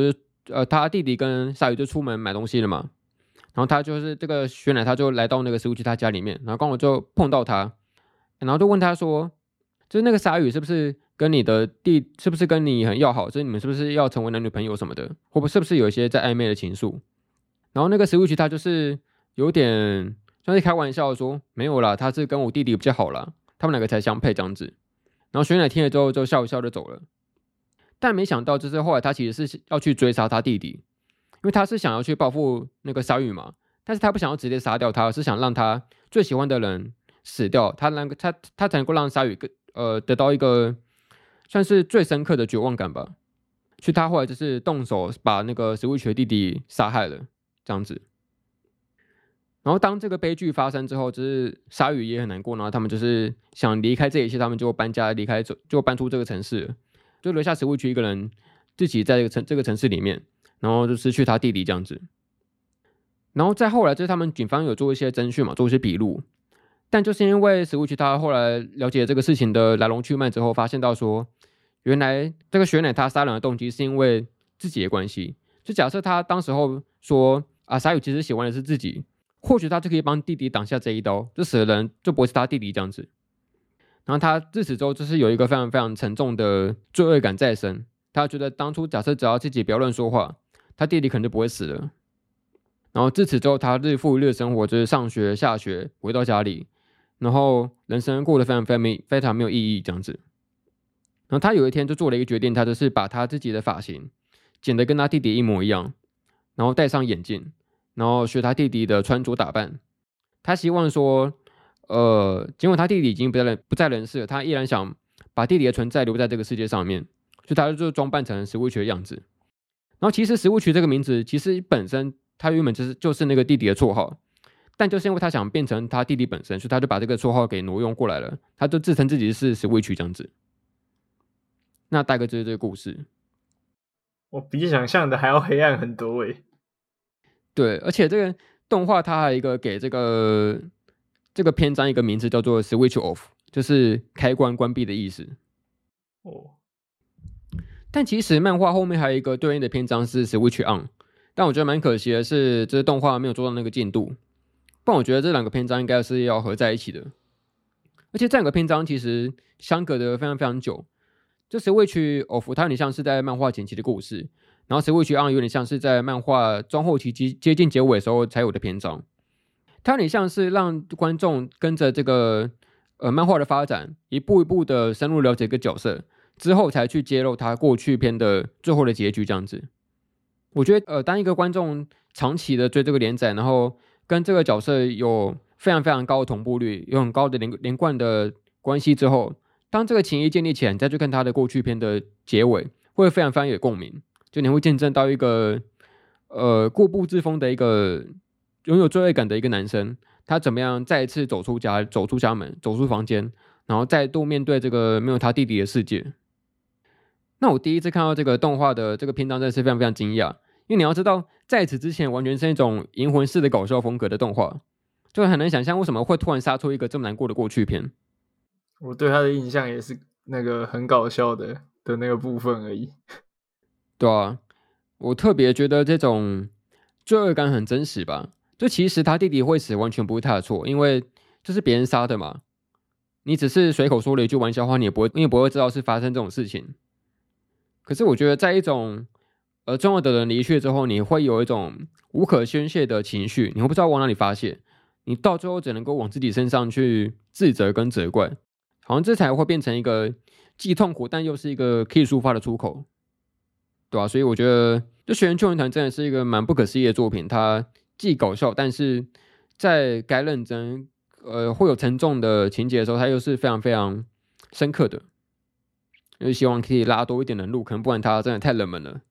他弟弟跟鲨鱼就出门买东西了嘛，然后他就是这个雪乃他就来到那个食物区他家里面，然后刚好就碰到他，然后就问他说，就是那个鲨鱼是不是跟你的是不是跟你很要好，就是你们是不是要成为男女朋友什么的，会不会是不是有一些在暧昧的情愫？然后那个食物区他就是有点像是开玩笑说没有啦，他是跟我弟弟比较好啦，他们两个才相配这样子。然后雪乃听了之后就笑一笑就走了。但没想到，就是后来他其实是要去追杀他弟弟，因为他是想要去报复那个鲨鱼嘛，但是他不想要直接杀掉他，而是想让他最喜欢的人死掉，他才能够让鲨鱼得到一个算是最深刻的绝望感吧。所以他后来就是动手把那个食物区的弟弟杀害了，这样子。然后当这个悲剧发生之后，就是鲨鱼也很难过，然后他们就是想离开这一切，他们就搬家离开，就搬出这个城市了，就留下食物区一个人自己在这个城市里面，然后就失去他弟弟这样子。然后再后来就是他们警方有做一些侦讯嘛，做一些笔录，但就是因为食物区他后来了解这个事情的来龙去脉之后，发现到说，原来这个雪乃他杀人的动机是因为自己的关系，就假设他当时候说啊，鲨鱼其实喜欢的是自己。或许他就可以帮弟弟挡下这一刀，就死的人就不会是他弟弟这样子。然后他自此之后就是有一个非常非常沉重的罪恶感在身，他觉得当初假设只要自己不要乱说话，他弟弟可能就不会死了。然后自此之后，他日复一日的生活就是上学、下学、回到家里，然后人生过得非常没有意义这样子。然后他有一天就做了一个决定，他就是把他自己的发型剪得跟他弟弟一模一样，然后戴上眼镜。然后学他弟弟的穿着打扮，他希望说，尽管他弟弟已经不在人世了，他依然想把弟弟的存在留在这个世界上面，所以他就装扮成食物区的样子。然后其实食物区这个名字，其实本身他原本就是那个弟弟的绰号，但就是因为他想变成他弟弟本身，所以他就把这个绰号给挪用过来了，他就自称自己是食物区这样子。那大概就是这个故事。 我比想象的还要黑暗很多诶。 对，而且这个动画它还有一个给这个篇章一个名字叫做 Switch Off， 就是开关关闭的意思。 哦， 但其实漫画后面还有一个对应的篇章是 Switch On， 但我觉得蛮可惜的是，这动画没有做到那个进度。不然我觉得这两个篇章应该是要合在一起的。而且这两个篇章其实相隔的非常非常久。就 Switch Off 它有点像是在漫画前期的故事。然后 Switch On 有点像是在漫画中后期接近结尾的时候才有的篇章，它有点像是让观众跟着这个漫画的发展，一步一步的深入了解一个角色，之后才去揭露他过去篇的最后的结局这样子。我觉得当一个观众长期的追这个连载，然后跟这个角色有非常非常高的同步率，有很高的连贯的关系之后，当这个情谊建立起来，你再去看他的过去篇的结尾，会非常非常有共鸣。就你会见证到一个固步自封的一个拥有罪恶感的一个男生，他怎么样再一次走出家门，走出房间，然后再度面对这个没有他弟弟的世界。那我第一次看到这个动画的这个篇章，真的是非常非常惊讶，因为你要知道，在此之前完全是一种银魂式的搞笑风格的动画，就很难想象为什么会突然杀出一个这么难过的过去篇。 我对他的印象也是那个很搞笑的那个部分而已。 对啊，我特别觉得这种罪恶感很真实吧。就其实他弟弟会死完全不是他的错，因为这是别人杀的嘛。你只是随口说了一句玩笑话，你也不会知道是发生这种事情。可是我觉得在一种重要的人离去之后，你会有一种无可宣泄的情绪，你会不知道往哪里发泄，你到最后只能够往自己身上去自责跟责怪，好像这才会变成一个既痛苦但又是一个可以抒发的出口。对啊，所以我觉得就《学园救援团》真的是一个蛮不可思议的作品，它既搞笑，但是在该认真会有沉重的情节的时候，它又是非常非常深刻的。就是希望可以拉多一点人入坑，不然它真的太冷门了。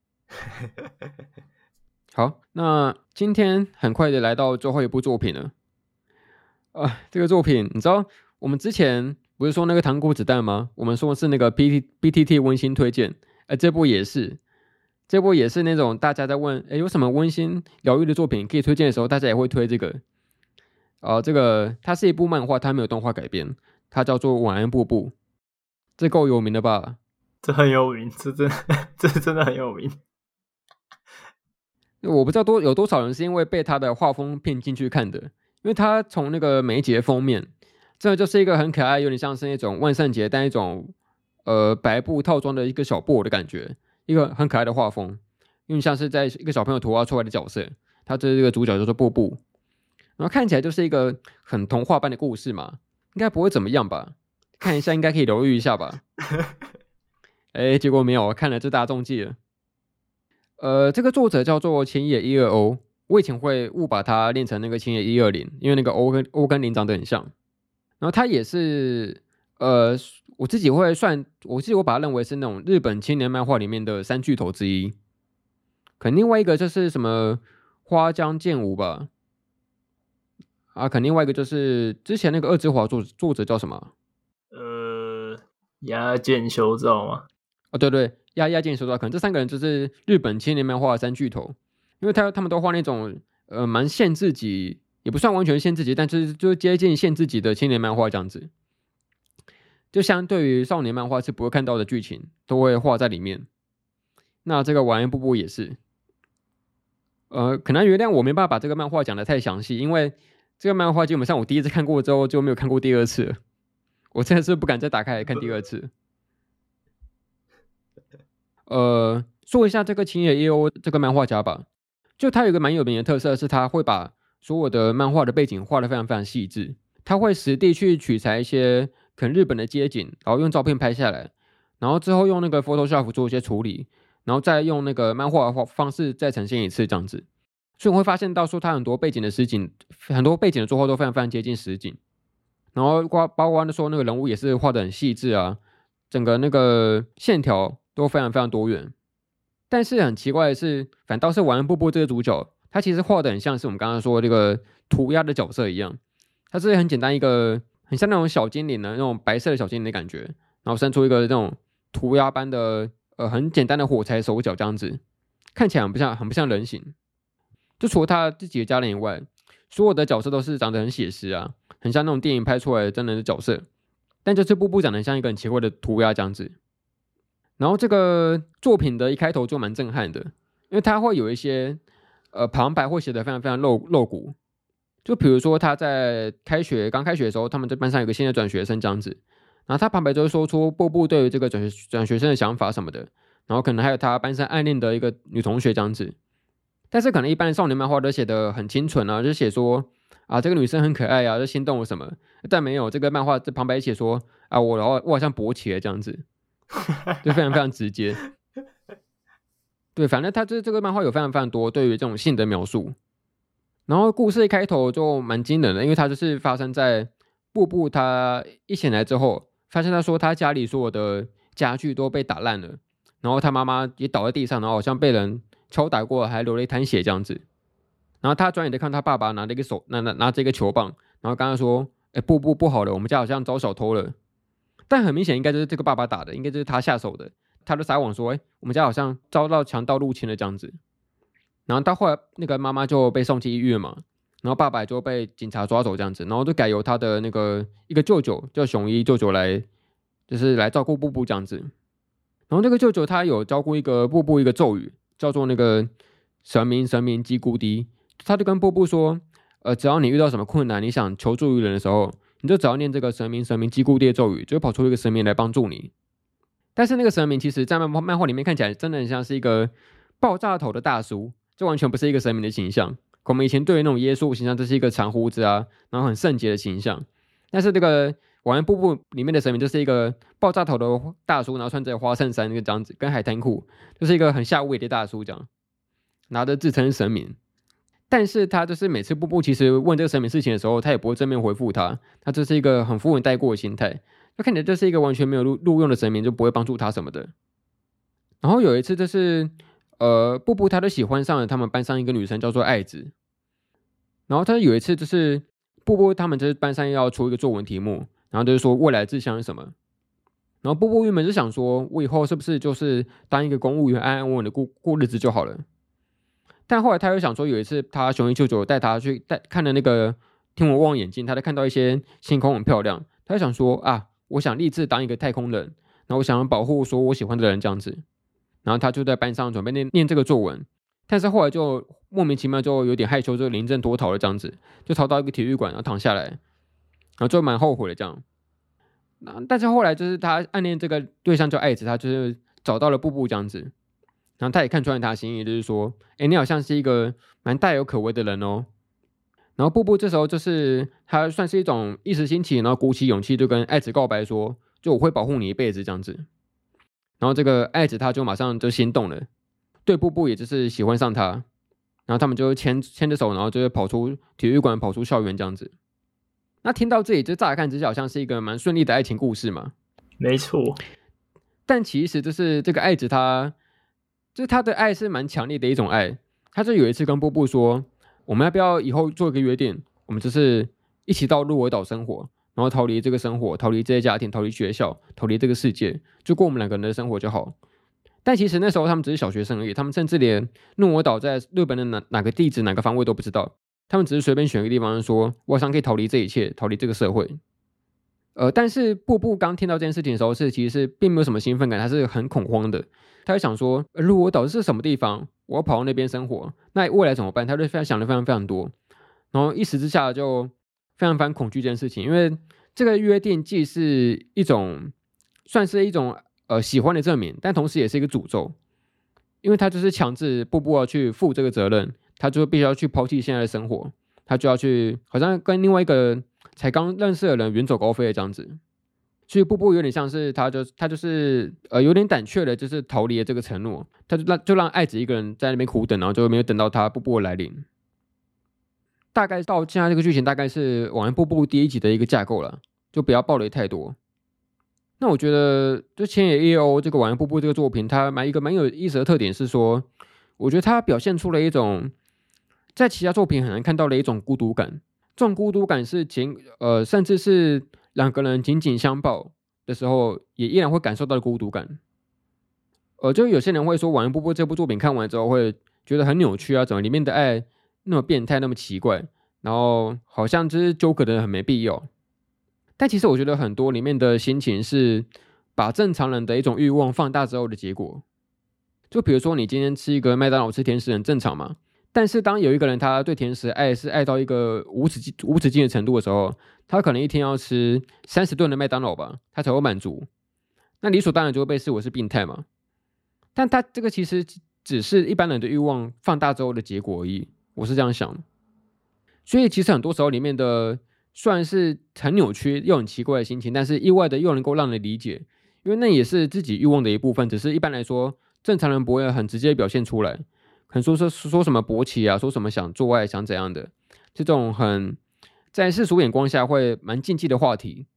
好，那今天很快的来到最后一部作品了。这个作品你知道我们之前不是说那个糖果子弹吗？我们说的是那个 BTT 温馨推荐，这部也是。这部也是那种大家在问，有什么温馨疗愈的作品可以推荐的时候，大家也会推这个。这个它是一部漫画，它没有动画改编，它叫做《晚安布布》，这够有名的吧？ 这很有名，这真的很有名。 我不知道有多少人是因为被他的画风骗进去看的，因为他从那个每一集的封面，真的就是一个很可爱，有点像是那种万圣节但一种白布套装的一个小布偶的感觉，一个很可爱的画风，有点像是在一个小朋友图画出来的角色。他这个主角叫做布布，然后看起来就是一个很童话般的故事嘛，应该不会怎么样吧？看一下应该可以犹豫一下吧。结果没有，看了就大中计了。这个作者叫做千野一二 O， 我以前会误把它念成那个千野120，因为那个 O 跟0长得很像。然后他也是我自己会把它认为是那种日本青年漫画里面的3巨头之一。可能另外一个就是什么花江健吾吧，可能另外一个就是之前那个二之华作者叫什么？ 押见修造吗？ 对，押见修造，可能这3个人就是日本青年漫画的3巨头，因为他们都画那种蛮限制级，也不算完全限制级，但就是接近限制级的青年漫画这样子。就相对于少年漫画是不会看到的剧情，都会画在里面。那这个晚安布布也是，可能原谅我没办法把这个漫画讲得太详细，因为这个漫画基本上我第一次看过之后就没有看过第二次了，我真的是不敢再打开来看第二次。说一下这个青野 EO 这个漫画家吧，就他有一个蛮有名的特色是，他会把所有的漫画的背景画得非常非常细致，他会实地去取材一些可能日本的街景，然后用照片拍下来，然后之后用那个 Photoshop 做一些处理，然后再用那个漫画的方式再呈现一次这样子。所以我会发现到说他很多背景的作画都非常非常接近实景，然后包括说那个人物也是画得很细致啊，整个那个线条都非常非常多元。但是很奇怪的是，反倒是晚安布布这个主角，他其实画得很像是我们刚刚说这个涂鸦的角色一样，他是很简单一个很像那种小精灵的那种白色的小精灵的感觉，然后伸出一个那种涂鸦般的很简单的火柴手脚这样子，看起来很不像人形。就除了他自己的家人以外，所有的角色都是长得很写实啊，很像那种电影拍出来的真人的角色，但这次布布长得像一个很奇怪的涂鸦这样子。然后这个作品的一开头就蛮震撼的，因为它会有一些旁白会写得非常非常露骨，就比如说他在刚开学的时候，他们在班上有个新的转学生这样子，然后他旁白就会说出布布对于这个转学生的想法什么的，然后可能还有他班上暗恋的一个女同学这样子。但是可能一般少年漫画都写得很清纯啊，就写说这个女生很可爱啊，就心动了什么，但没有这个漫画这旁白写说我好像勃起了这样子，就非常非常直接。对，反正他这个漫画有非常非常多对于这种性的描述。然后故事一开头就蛮惊人的，因为他就是发生在布布他一醒来之后，发现他说他家里所有的家具都被打烂了，然后他妈妈也倒在地上，然后好像被人敲打过，还流了一滩血这样子。然后他转眼的看他爸爸拿着一个球棒，然后跟他说：“布布不好了，我们家好像遭小偷了。”但很明显应该就是这个爸爸打的，应该就是他下手的。他就撒谎说：“我们家好像遭到强盗入侵了这样子。”然后到后来那个妈妈就被送进医院嘛，然后爸爸就被警察抓走这样子，然后就改由他的那个一个舅舅叫熊一舅舅来照顾布布这样子。然后那个舅舅他有教过布布一个咒语，叫做那个神明击咕滴，他就跟布布说，只要你遇到什么困难，你想求助于人的时候，你就只要念这个神明击咕滴的咒语，就会跑出一个神明来帮助你。但是那个神明其实在漫画里面看起来真的很像是一个爆炸头的大叔，这完全不是一个神明的形象。我们以前对于那种耶稣形象，这是一个长胡子啊，然后很圣洁的形象。但是这个晚安布布里面的神明就是一个爆炸头的大叔，然后穿着花衬衫那个这样子，跟海滩裤，就是一个很下位的大叔这样，拿着自称神明。但是他就是每次布布其实问这个神明事情的时候，他也不会正面回复他，他就是一个很敷衍带过的心态，就看起来就是一个完全没有录用的神明，就不会帮助他什么的。然后有一次就是布布他就喜欢上了他们班上一个女生叫做爱子，然后他有一次就是布布他们就是班上要出一个作文题目，然后就是说未来志向是什么，然后布布原本就想说我以后是不是就是当一个公务员，安安稳稳的过日子就好了。但后来他又想说，有一次他熊一舅舅带他去看了那个天文望远镜，他在看到一些星空很漂亮，他就想说我想立志当一个太空人，然后我想要保护所有我喜欢的人这样子。然后他就在班上准备念这个作文， 但是后来就莫名其妙就有点害羞，就临阵脱逃了这样子，就逃到一个体育馆，然后躺下来，然后就蛮后悔的这样。但是后来就是他暗恋这个对象叫爱子，他就是找到了布布这样子，然后他也看穿了他的心意，就是说，你好像是一个蛮大有可为的人哦。然后布布这时候就是他算是一种一时兴起，然后鼓起勇气就跟爱子告白说，就我会保护你一辈子这样子。然后这个爱子他就马上就心动了，对布布也就是喜欢上他，然后他们就牵着手，然后就会跑出体育馆，跑出校园这样子。那听到这里，就乍看之下好像是一个蛮顺利的爱情故事嘛。 没错， 但其实就是这个爱子就是他的爱是蛮强烈的一种爱。他就有一次跟布布说，我们要不要以后做一个约定，我们就是一起到鹿儿岛生活，然后逃离这个生活，逃离这些家庭，逃离学校，逃离这个世界，就过我们两个人的生活就好。但其实那时候他们只是小学生而已，他们甚至连鹿儿岛在日本的哪个地址、哪个方位都不知道。他们只是随便选一个地方说，我好像可以逃离这一切，逃离这个社会。但是布布刚听到这件事情的时候，其实是并没有什么兴奋感，他是很恐慌的。他就想说，鹿儿岛是什么地方？我要跑到那边生活，那未来怎么办？他就想了非常非常多，然后一时之下就非常恐惧这件事情，因为这个约定既是一种算是一种喜欢的证明，但同时也是一个诅咒，因为他就是强制布布要去负这个责任，他就必须要去抛弃现在的生活，他就要去好像跟另外一个才刚认识的人远走高飞的这样子。所以布布有点像是他就是有点胆怯的，就是逃离了这个承诺，他就让爱子一个人在那边苦等，然后就没有等到他布布的来临。大概到现在这个剧情大概是往布布第一集的一个架构了，就不要暴雷太多。那我觉得就千野叶欧这个晚安布布这个作品，它一个蛮有意思的特点是说，我觉得它表现出了一种在其他作品很难看到的一种孤独感。这种孤独感是甚至是两个人紧紧相抱的时候，也依然会感受到的孤独感。就有些人会说，晚安布布这部作品看完之后会觉得很扭曲啊，怎么里面的爱那么变态，那么奇怪，然后好像就是纠葛的人很没必要。但其实我觉得很多里面的心情是把正常人的一种欲望放大之后的结果。就比如说你今天吃一个麦当劳吃甜食很正常嘛，但是当有一个人他对甜食是爱到一个无止境的程度的时候，他可能一天要吃30顿的麦当劳吧，他才会满足。那理所当然就会被视为是病态嘛。但他这个其实只是一般人的欲望放大之后的结果而已，我是这样想的。所以其实很多时候里面的虽然是很扭曲又很奇怪的心情，但是意外的又能够让人理解，因为那也是自己欲望的一部分，只是一般来说正常人不会很直接表现出来，可能说什么勃起啊，说什么想做爱想怎样的，这种很在世俗眼光下会蛮禁忌的话题。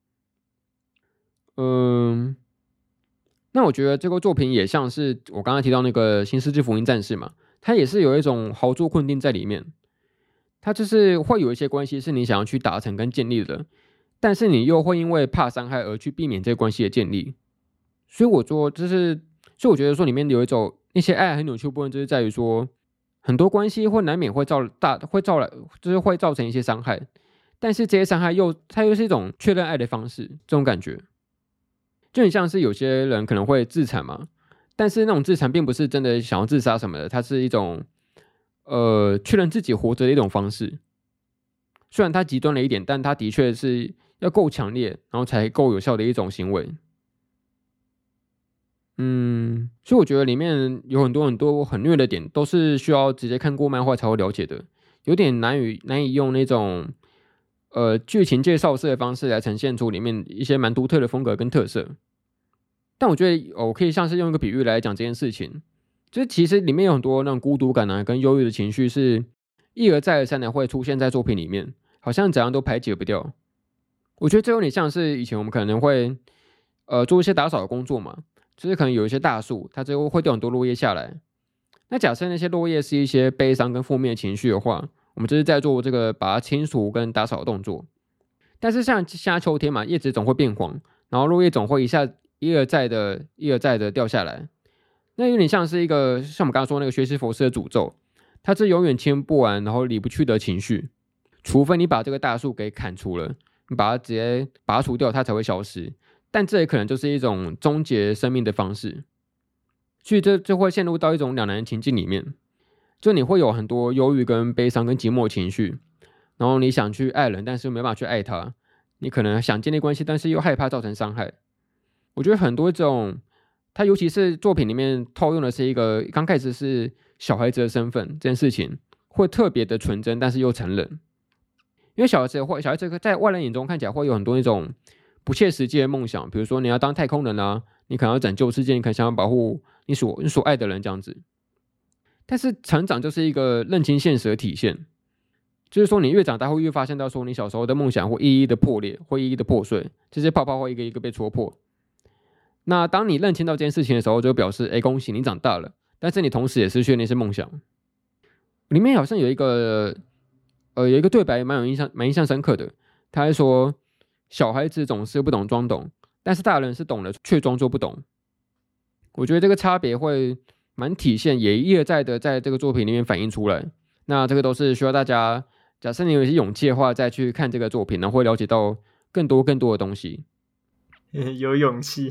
那我觉得这个作品也像是我刚刚提到那个新世纪福音战士嘛，它也是有一种豪作困境在里面。它就是会有一些关系是你想要去达成跟建立的，但是你又会因为怕伤害而去避免这个关系的建立。所以我觉得说里面有一种一些爱很扭曲的部分，就是在于说很多关系会难免会造成一些伤害，但是这些伤害它又是一种确认爱的方式，这种感觉就很像是有些人可能会自残嘛，但是那种自残并不是真的想要自杀什么的，它是一种确认自己活着的一种方式。虽然它极端了一点，但它的确是要够强烈，然后才够有效的一种行为。所以我觉得里面有很多很虐的点，都是需要直接看过漫画才会了解的，有点难以用那种剧情介绍式的方式来呈现出里面一些蛮独特的风格跟特色。但我觉得我可以像是用一个比喻来讲这件事情，就是其实里面有很多那种孤独感啊跟忧郁的情绪是一而再而三的会出现在作品里面，好像怎样都排解不掉。我觉得这有点像是以前我们可能会做一些打扫的工作嘛，就是可能有一些大树它最后会掉很多落叶下来，那假设那些落叶是一些悲伤跟负面的情绪的话，我们就是在做这个把它清除跟打扫的动作。但是像现在秋天嘛，叶子总会变黄，然后落叶总会一而再的掉下来，那有点像是一个像我们刚刚说那个薛西弗斯的诅咒，它是永远清不完然后理不去的情绪，除非你把这个大树给砍除了，你把它直接拔除掉，它才会消失。但这也可能就是一种终结生命的方式，所以这会陷入到一种两难的情境里面。 就你会有很多忧郁跟悲伤跟寂寞的情绪，然后你想去爱人，但是又没办法去爱他，你可能想建立关系，但是又害怕造成伤害。我觉得很多这种，他尤其是作品里面套用的是一个刚开始是小孩子的身份，这件事情会特别的纯真，但是又残忍。因为小孩子在外人眼中看起来会有很多那种不切实际的梦想，比如说你要当太空人啊，你可能要拯救世界，你可能想要保护你所爱的人这样子。但是成长就是一个认清现实的体现，就是说你越长大会越发现到说你小时候的梦想会一一的破裂，会一一的破碎，这些泡泡会一个一个被戳破。那当你认清到这件事情的时候，就表示恭喜你长大了，但是你同时也失去了那些梦想。里面好像有一个对白蛮印象深刻的，他还说小孩子总是不懂装懂，但是大人是懂了却装作不懂。我觉得这个差别会蛮体现，也一而再的在这个作品里面反映出来。那这个都是需要大家，假设你有一些勇气的话，再去看这个作品，然后会了解到更多的东西。 有勇气。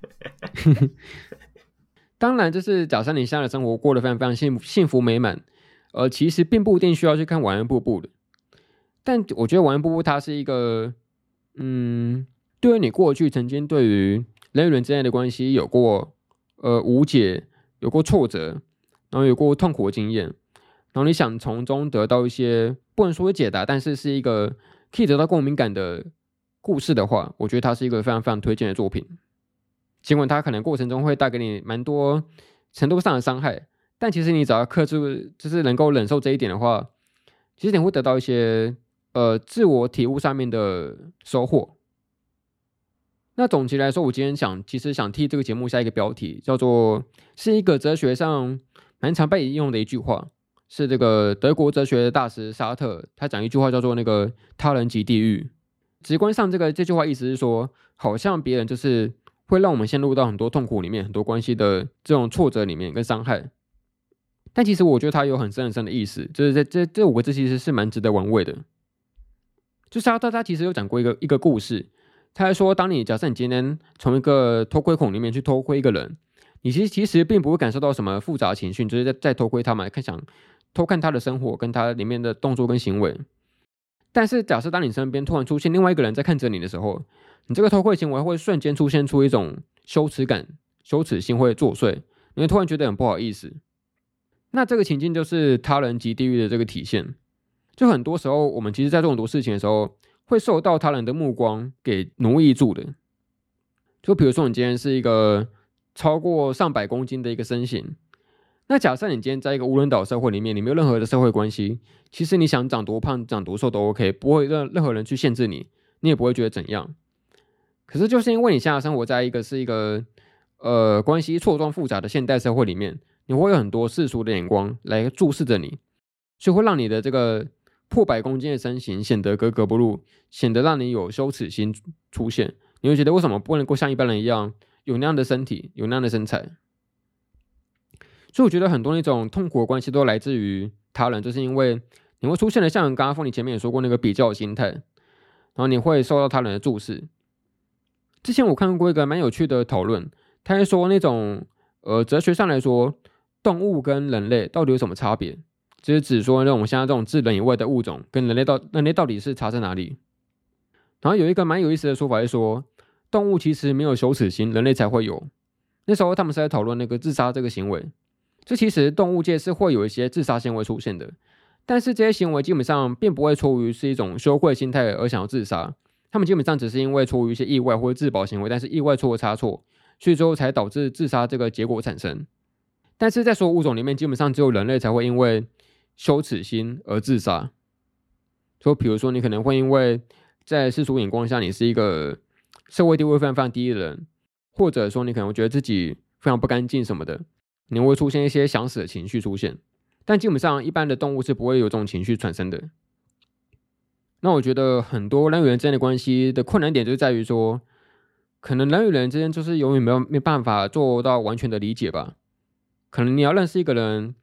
当然，就是假设你现在的生活过得非常非常幸福美满，其实并不一定需要去看《晚安布布》的。但我觉得《晚安布布》它是一个，对于你过去曾经对于人与人之间的关系有过无解，有过挫折，然后有过痛苦的经验，然后你想从中得到一些不能说是解答，但是是一个可以得到共鸣感的故事的话，我觉得它是一个非常非常推荐的作品。尽管它可能过程中会带给你蛮多程度上的伤害，但其实你只要克制，就是能够忍受这一点的话，其实你会得到一些自我体悟上面的收获。那总结来说，我今天其实想替这个节目下一个标题，叫做是一个哲学上蛮常被引用的一句话，是这个德国哲学大师沙特，他讲一句话叫做那个他人即地狱。直观上这句话意思是说，好像别人就是会让我们陷入到很多痛苦里面，很多关系的这种挫折里面跟伤害。但其实我觉得它有很深很深的意思，就是这5个字其实是蛮值得玩味的。就沙特他其实有讲过一个故事，他还说，假设你今天从一个偷窥孔里面去偷窥一个人，你其实并不会感受到什么复杂情绪，就是在偷窥他嘛，想偷看他的生活跟他里面的动作跟行为。但是假设当你身边突然出现另外一个人在看着你的时候，你这个偷窥行为会瞬间出现出一种羞耻感，羞耻心会作祟，你会突然觉得很不好意思。那这个情境就是他人即地狱的这个体现。就很多时候我们其实在做很多事情的时候，会受到他人的目光给奴役住的。就比如说你今天是一个超过上百公斤的一个身形，那假设你今天在一个无人岛社会里面，你没有任何的社会关系，其实你想长多胖长多瘦都 OK， 不会让任何人去限制你，你也不会觉得怎样。可是就是因为你现在生活在一个关系错综复杂的现代社会里面，你会有很多世俗的眼光来注视着你，所以会让你的这个破百公斤的身形显得格格不入，显得让你有羞耻心出现。你会觉得为什么不能够像一般人一样有那样的身体，有那样的身材？所以我觉得很多那种痛苦的关系都来自于他人，就是因为你会出现了像刚刚凤梨前面也说过那个比较的心态，然后你会受到他人的注视。之前我看过一个蛮有趣的讨论，他还说那种哲学上来说，动物跟人类到底有什么差别？就是指说那种像这种自人以外的物种跟人类到底是差在哪里？然后有一个蛮有意思的说法是说，动物其实没有羞耻心，人类才会有。那时候他们是在讨论那个自杀这个行为，这其实动物界是会有一些自杀行为出现的，但是这些行为基本上并不会出于是一种羞愧心态而想要自杀，他们基本上只是因为出于一些意外或者自保行为，但是意外出了差错，所以最后才导致自杀这个结果产生。但是在所有物种里面，基本上只有人类才会因为羞耻心而自杀。就比如说你可能会因为在世俗眼光下你是一个社会地位非常非常低的人，或者说你可能会觉得自己非常不干净什么的，你会出现一些想死的情绪出现，但基本上一般的动物是不会有这种情绪产生的。那我觉得很多人与人之间的关系的困难点就在于说，可能人与人之间就是永远没办法做到完全的理解吧。可能你要认识一个人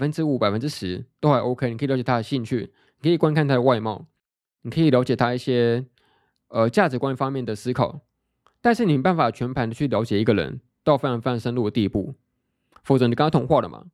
5%、10%都还 OK， 你可以了解他的兴趣，你可以观看他的外貌，你可以了解他一些价值观方面的思考，但是你没办法全盘的去了解一个人到非常非常深入的地步，否则你跟他同化了嘛。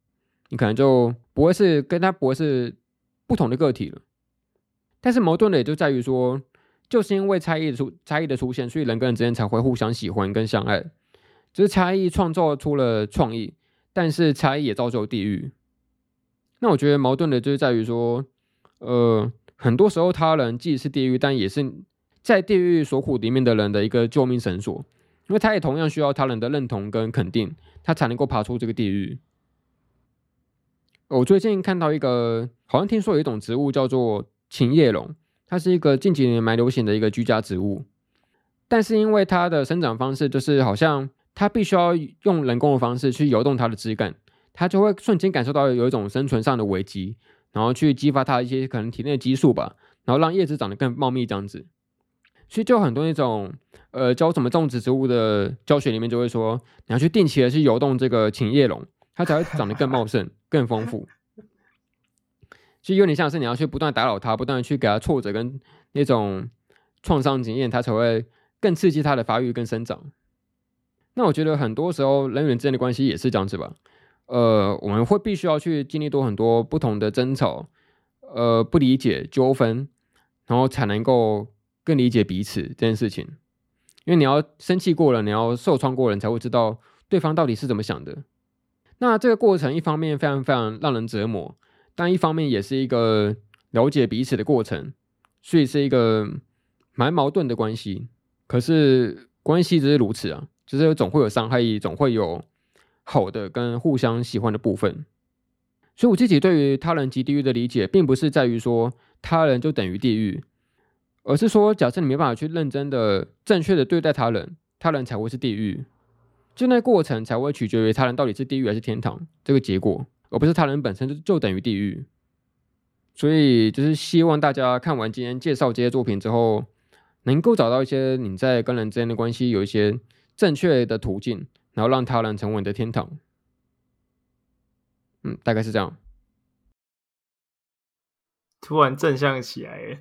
你可能就不会是跟他不会是不同的个体了。但是矛盾的也就在于说，就是因为差异的出现，所以人跟人之间才会互相喜欢跟相爱。就是差异创造出了创意，但是差异也造就地狱。那我觉得矛盾的就是在于说，很多时候他人既是地狱，但也是在地狱所苦里面的人的一个救命绳索，因为他也同样需要他人的认同跟肯定，他才能够爬出这个地狱。我最近看到一个，好像听说有一种植物叫做琴叶榕，它是一个近几年蛮流行的一个居家植物，但是因为它的生长方式就是好像它必须要用人工的方式去游动它的枝干，它就会瞬间感受到有一种生存上的危机，然后去激发它一些可能体内的激素吧，然后让叶子长得更茂密这样子。所以就很多那种教什么种植植物的教学里面就会说，你要去定期的去游动这个琴叶榕，它才会长得更茂盛、更丰富。就有点像是你要去不断打扰它，不断的去给它挫折跟那种创伤经验，它才会更刺激它的发育跟生长。那我觉得很多时候人与人之间的关系也是这样子吧。我们会必须要去经历多很多不同的争吵，不理解、纠纷，然后才能够更理解彼此这件事情。因为你要生气过了，你要受创过了，你才会知道对方到底是怎么想的。那这个过程一方面非常非常让人折磨，但一方面也是一个了解彼此的过程，所以是一个蛮矛盾的关系。可是关系只是如此啊，就是总会有伤害，总会有好的跟互相喜欢的部分。所以我自己对于他人即地狱的理解，并不是在于说他人就等于地狱，而是说假设你没办法去认真的、正确的对待他人，他人才会是地狱。就那过程才会取决于他人到底是地狱还是天堂这个结果，而不是他人本身就等于地狱。所以就是希望大家看完今天介绍这些作品之后，能够找到一些你在跟人之间的关系有一些正确的途径，然后让他人成为你的天堂。大概是这样。 突然正向起来了，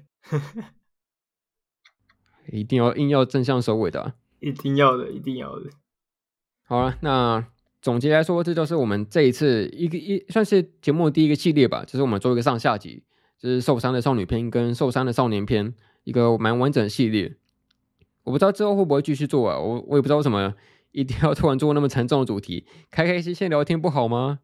一定要硬要正向收尾的啊。 一定要的，一定要的。 好了，那总结来说，这就是我们这一次算是节目的第一个系列吧，就是我们做一个上下集，就是受伤的少女篇跟受伤的少年篇，一个蛮完整的系列。我不知道之后会不会继续做啊，我也不知道为什么一定要突然做那么沉重的主题，开开心心聊天不好吗？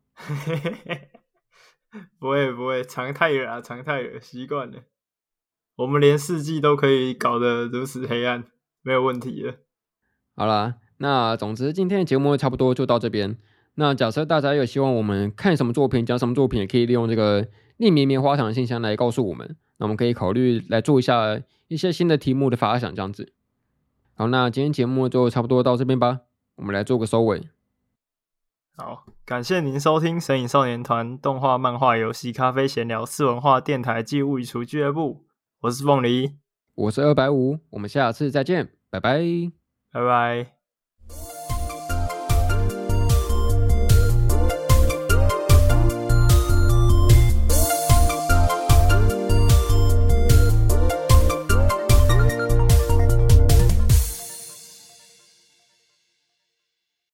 不会不会，常态了啊，常态了，习惯了。我们连4季都可以搞得如此黑暗，没有问题了。 好啦，那总之今天的节目差不多就到这边。那假设大家有希望我们看什么作品、讲什么作品，也可以利用这个匿名棉花糖的信箱来告诉我们。那我们可以考虑来做一些新的题目的发想，这样子。好，那今天节目就差不多到这边吧，我们来做个收尾。 好，感谢您收听神隐少年团动画、漫画、游戏、咖啡闲聊次文化电台暨物语厨俱乐部。我是凤梨， 我是250，我们下次再见，拜拜。 拜拜。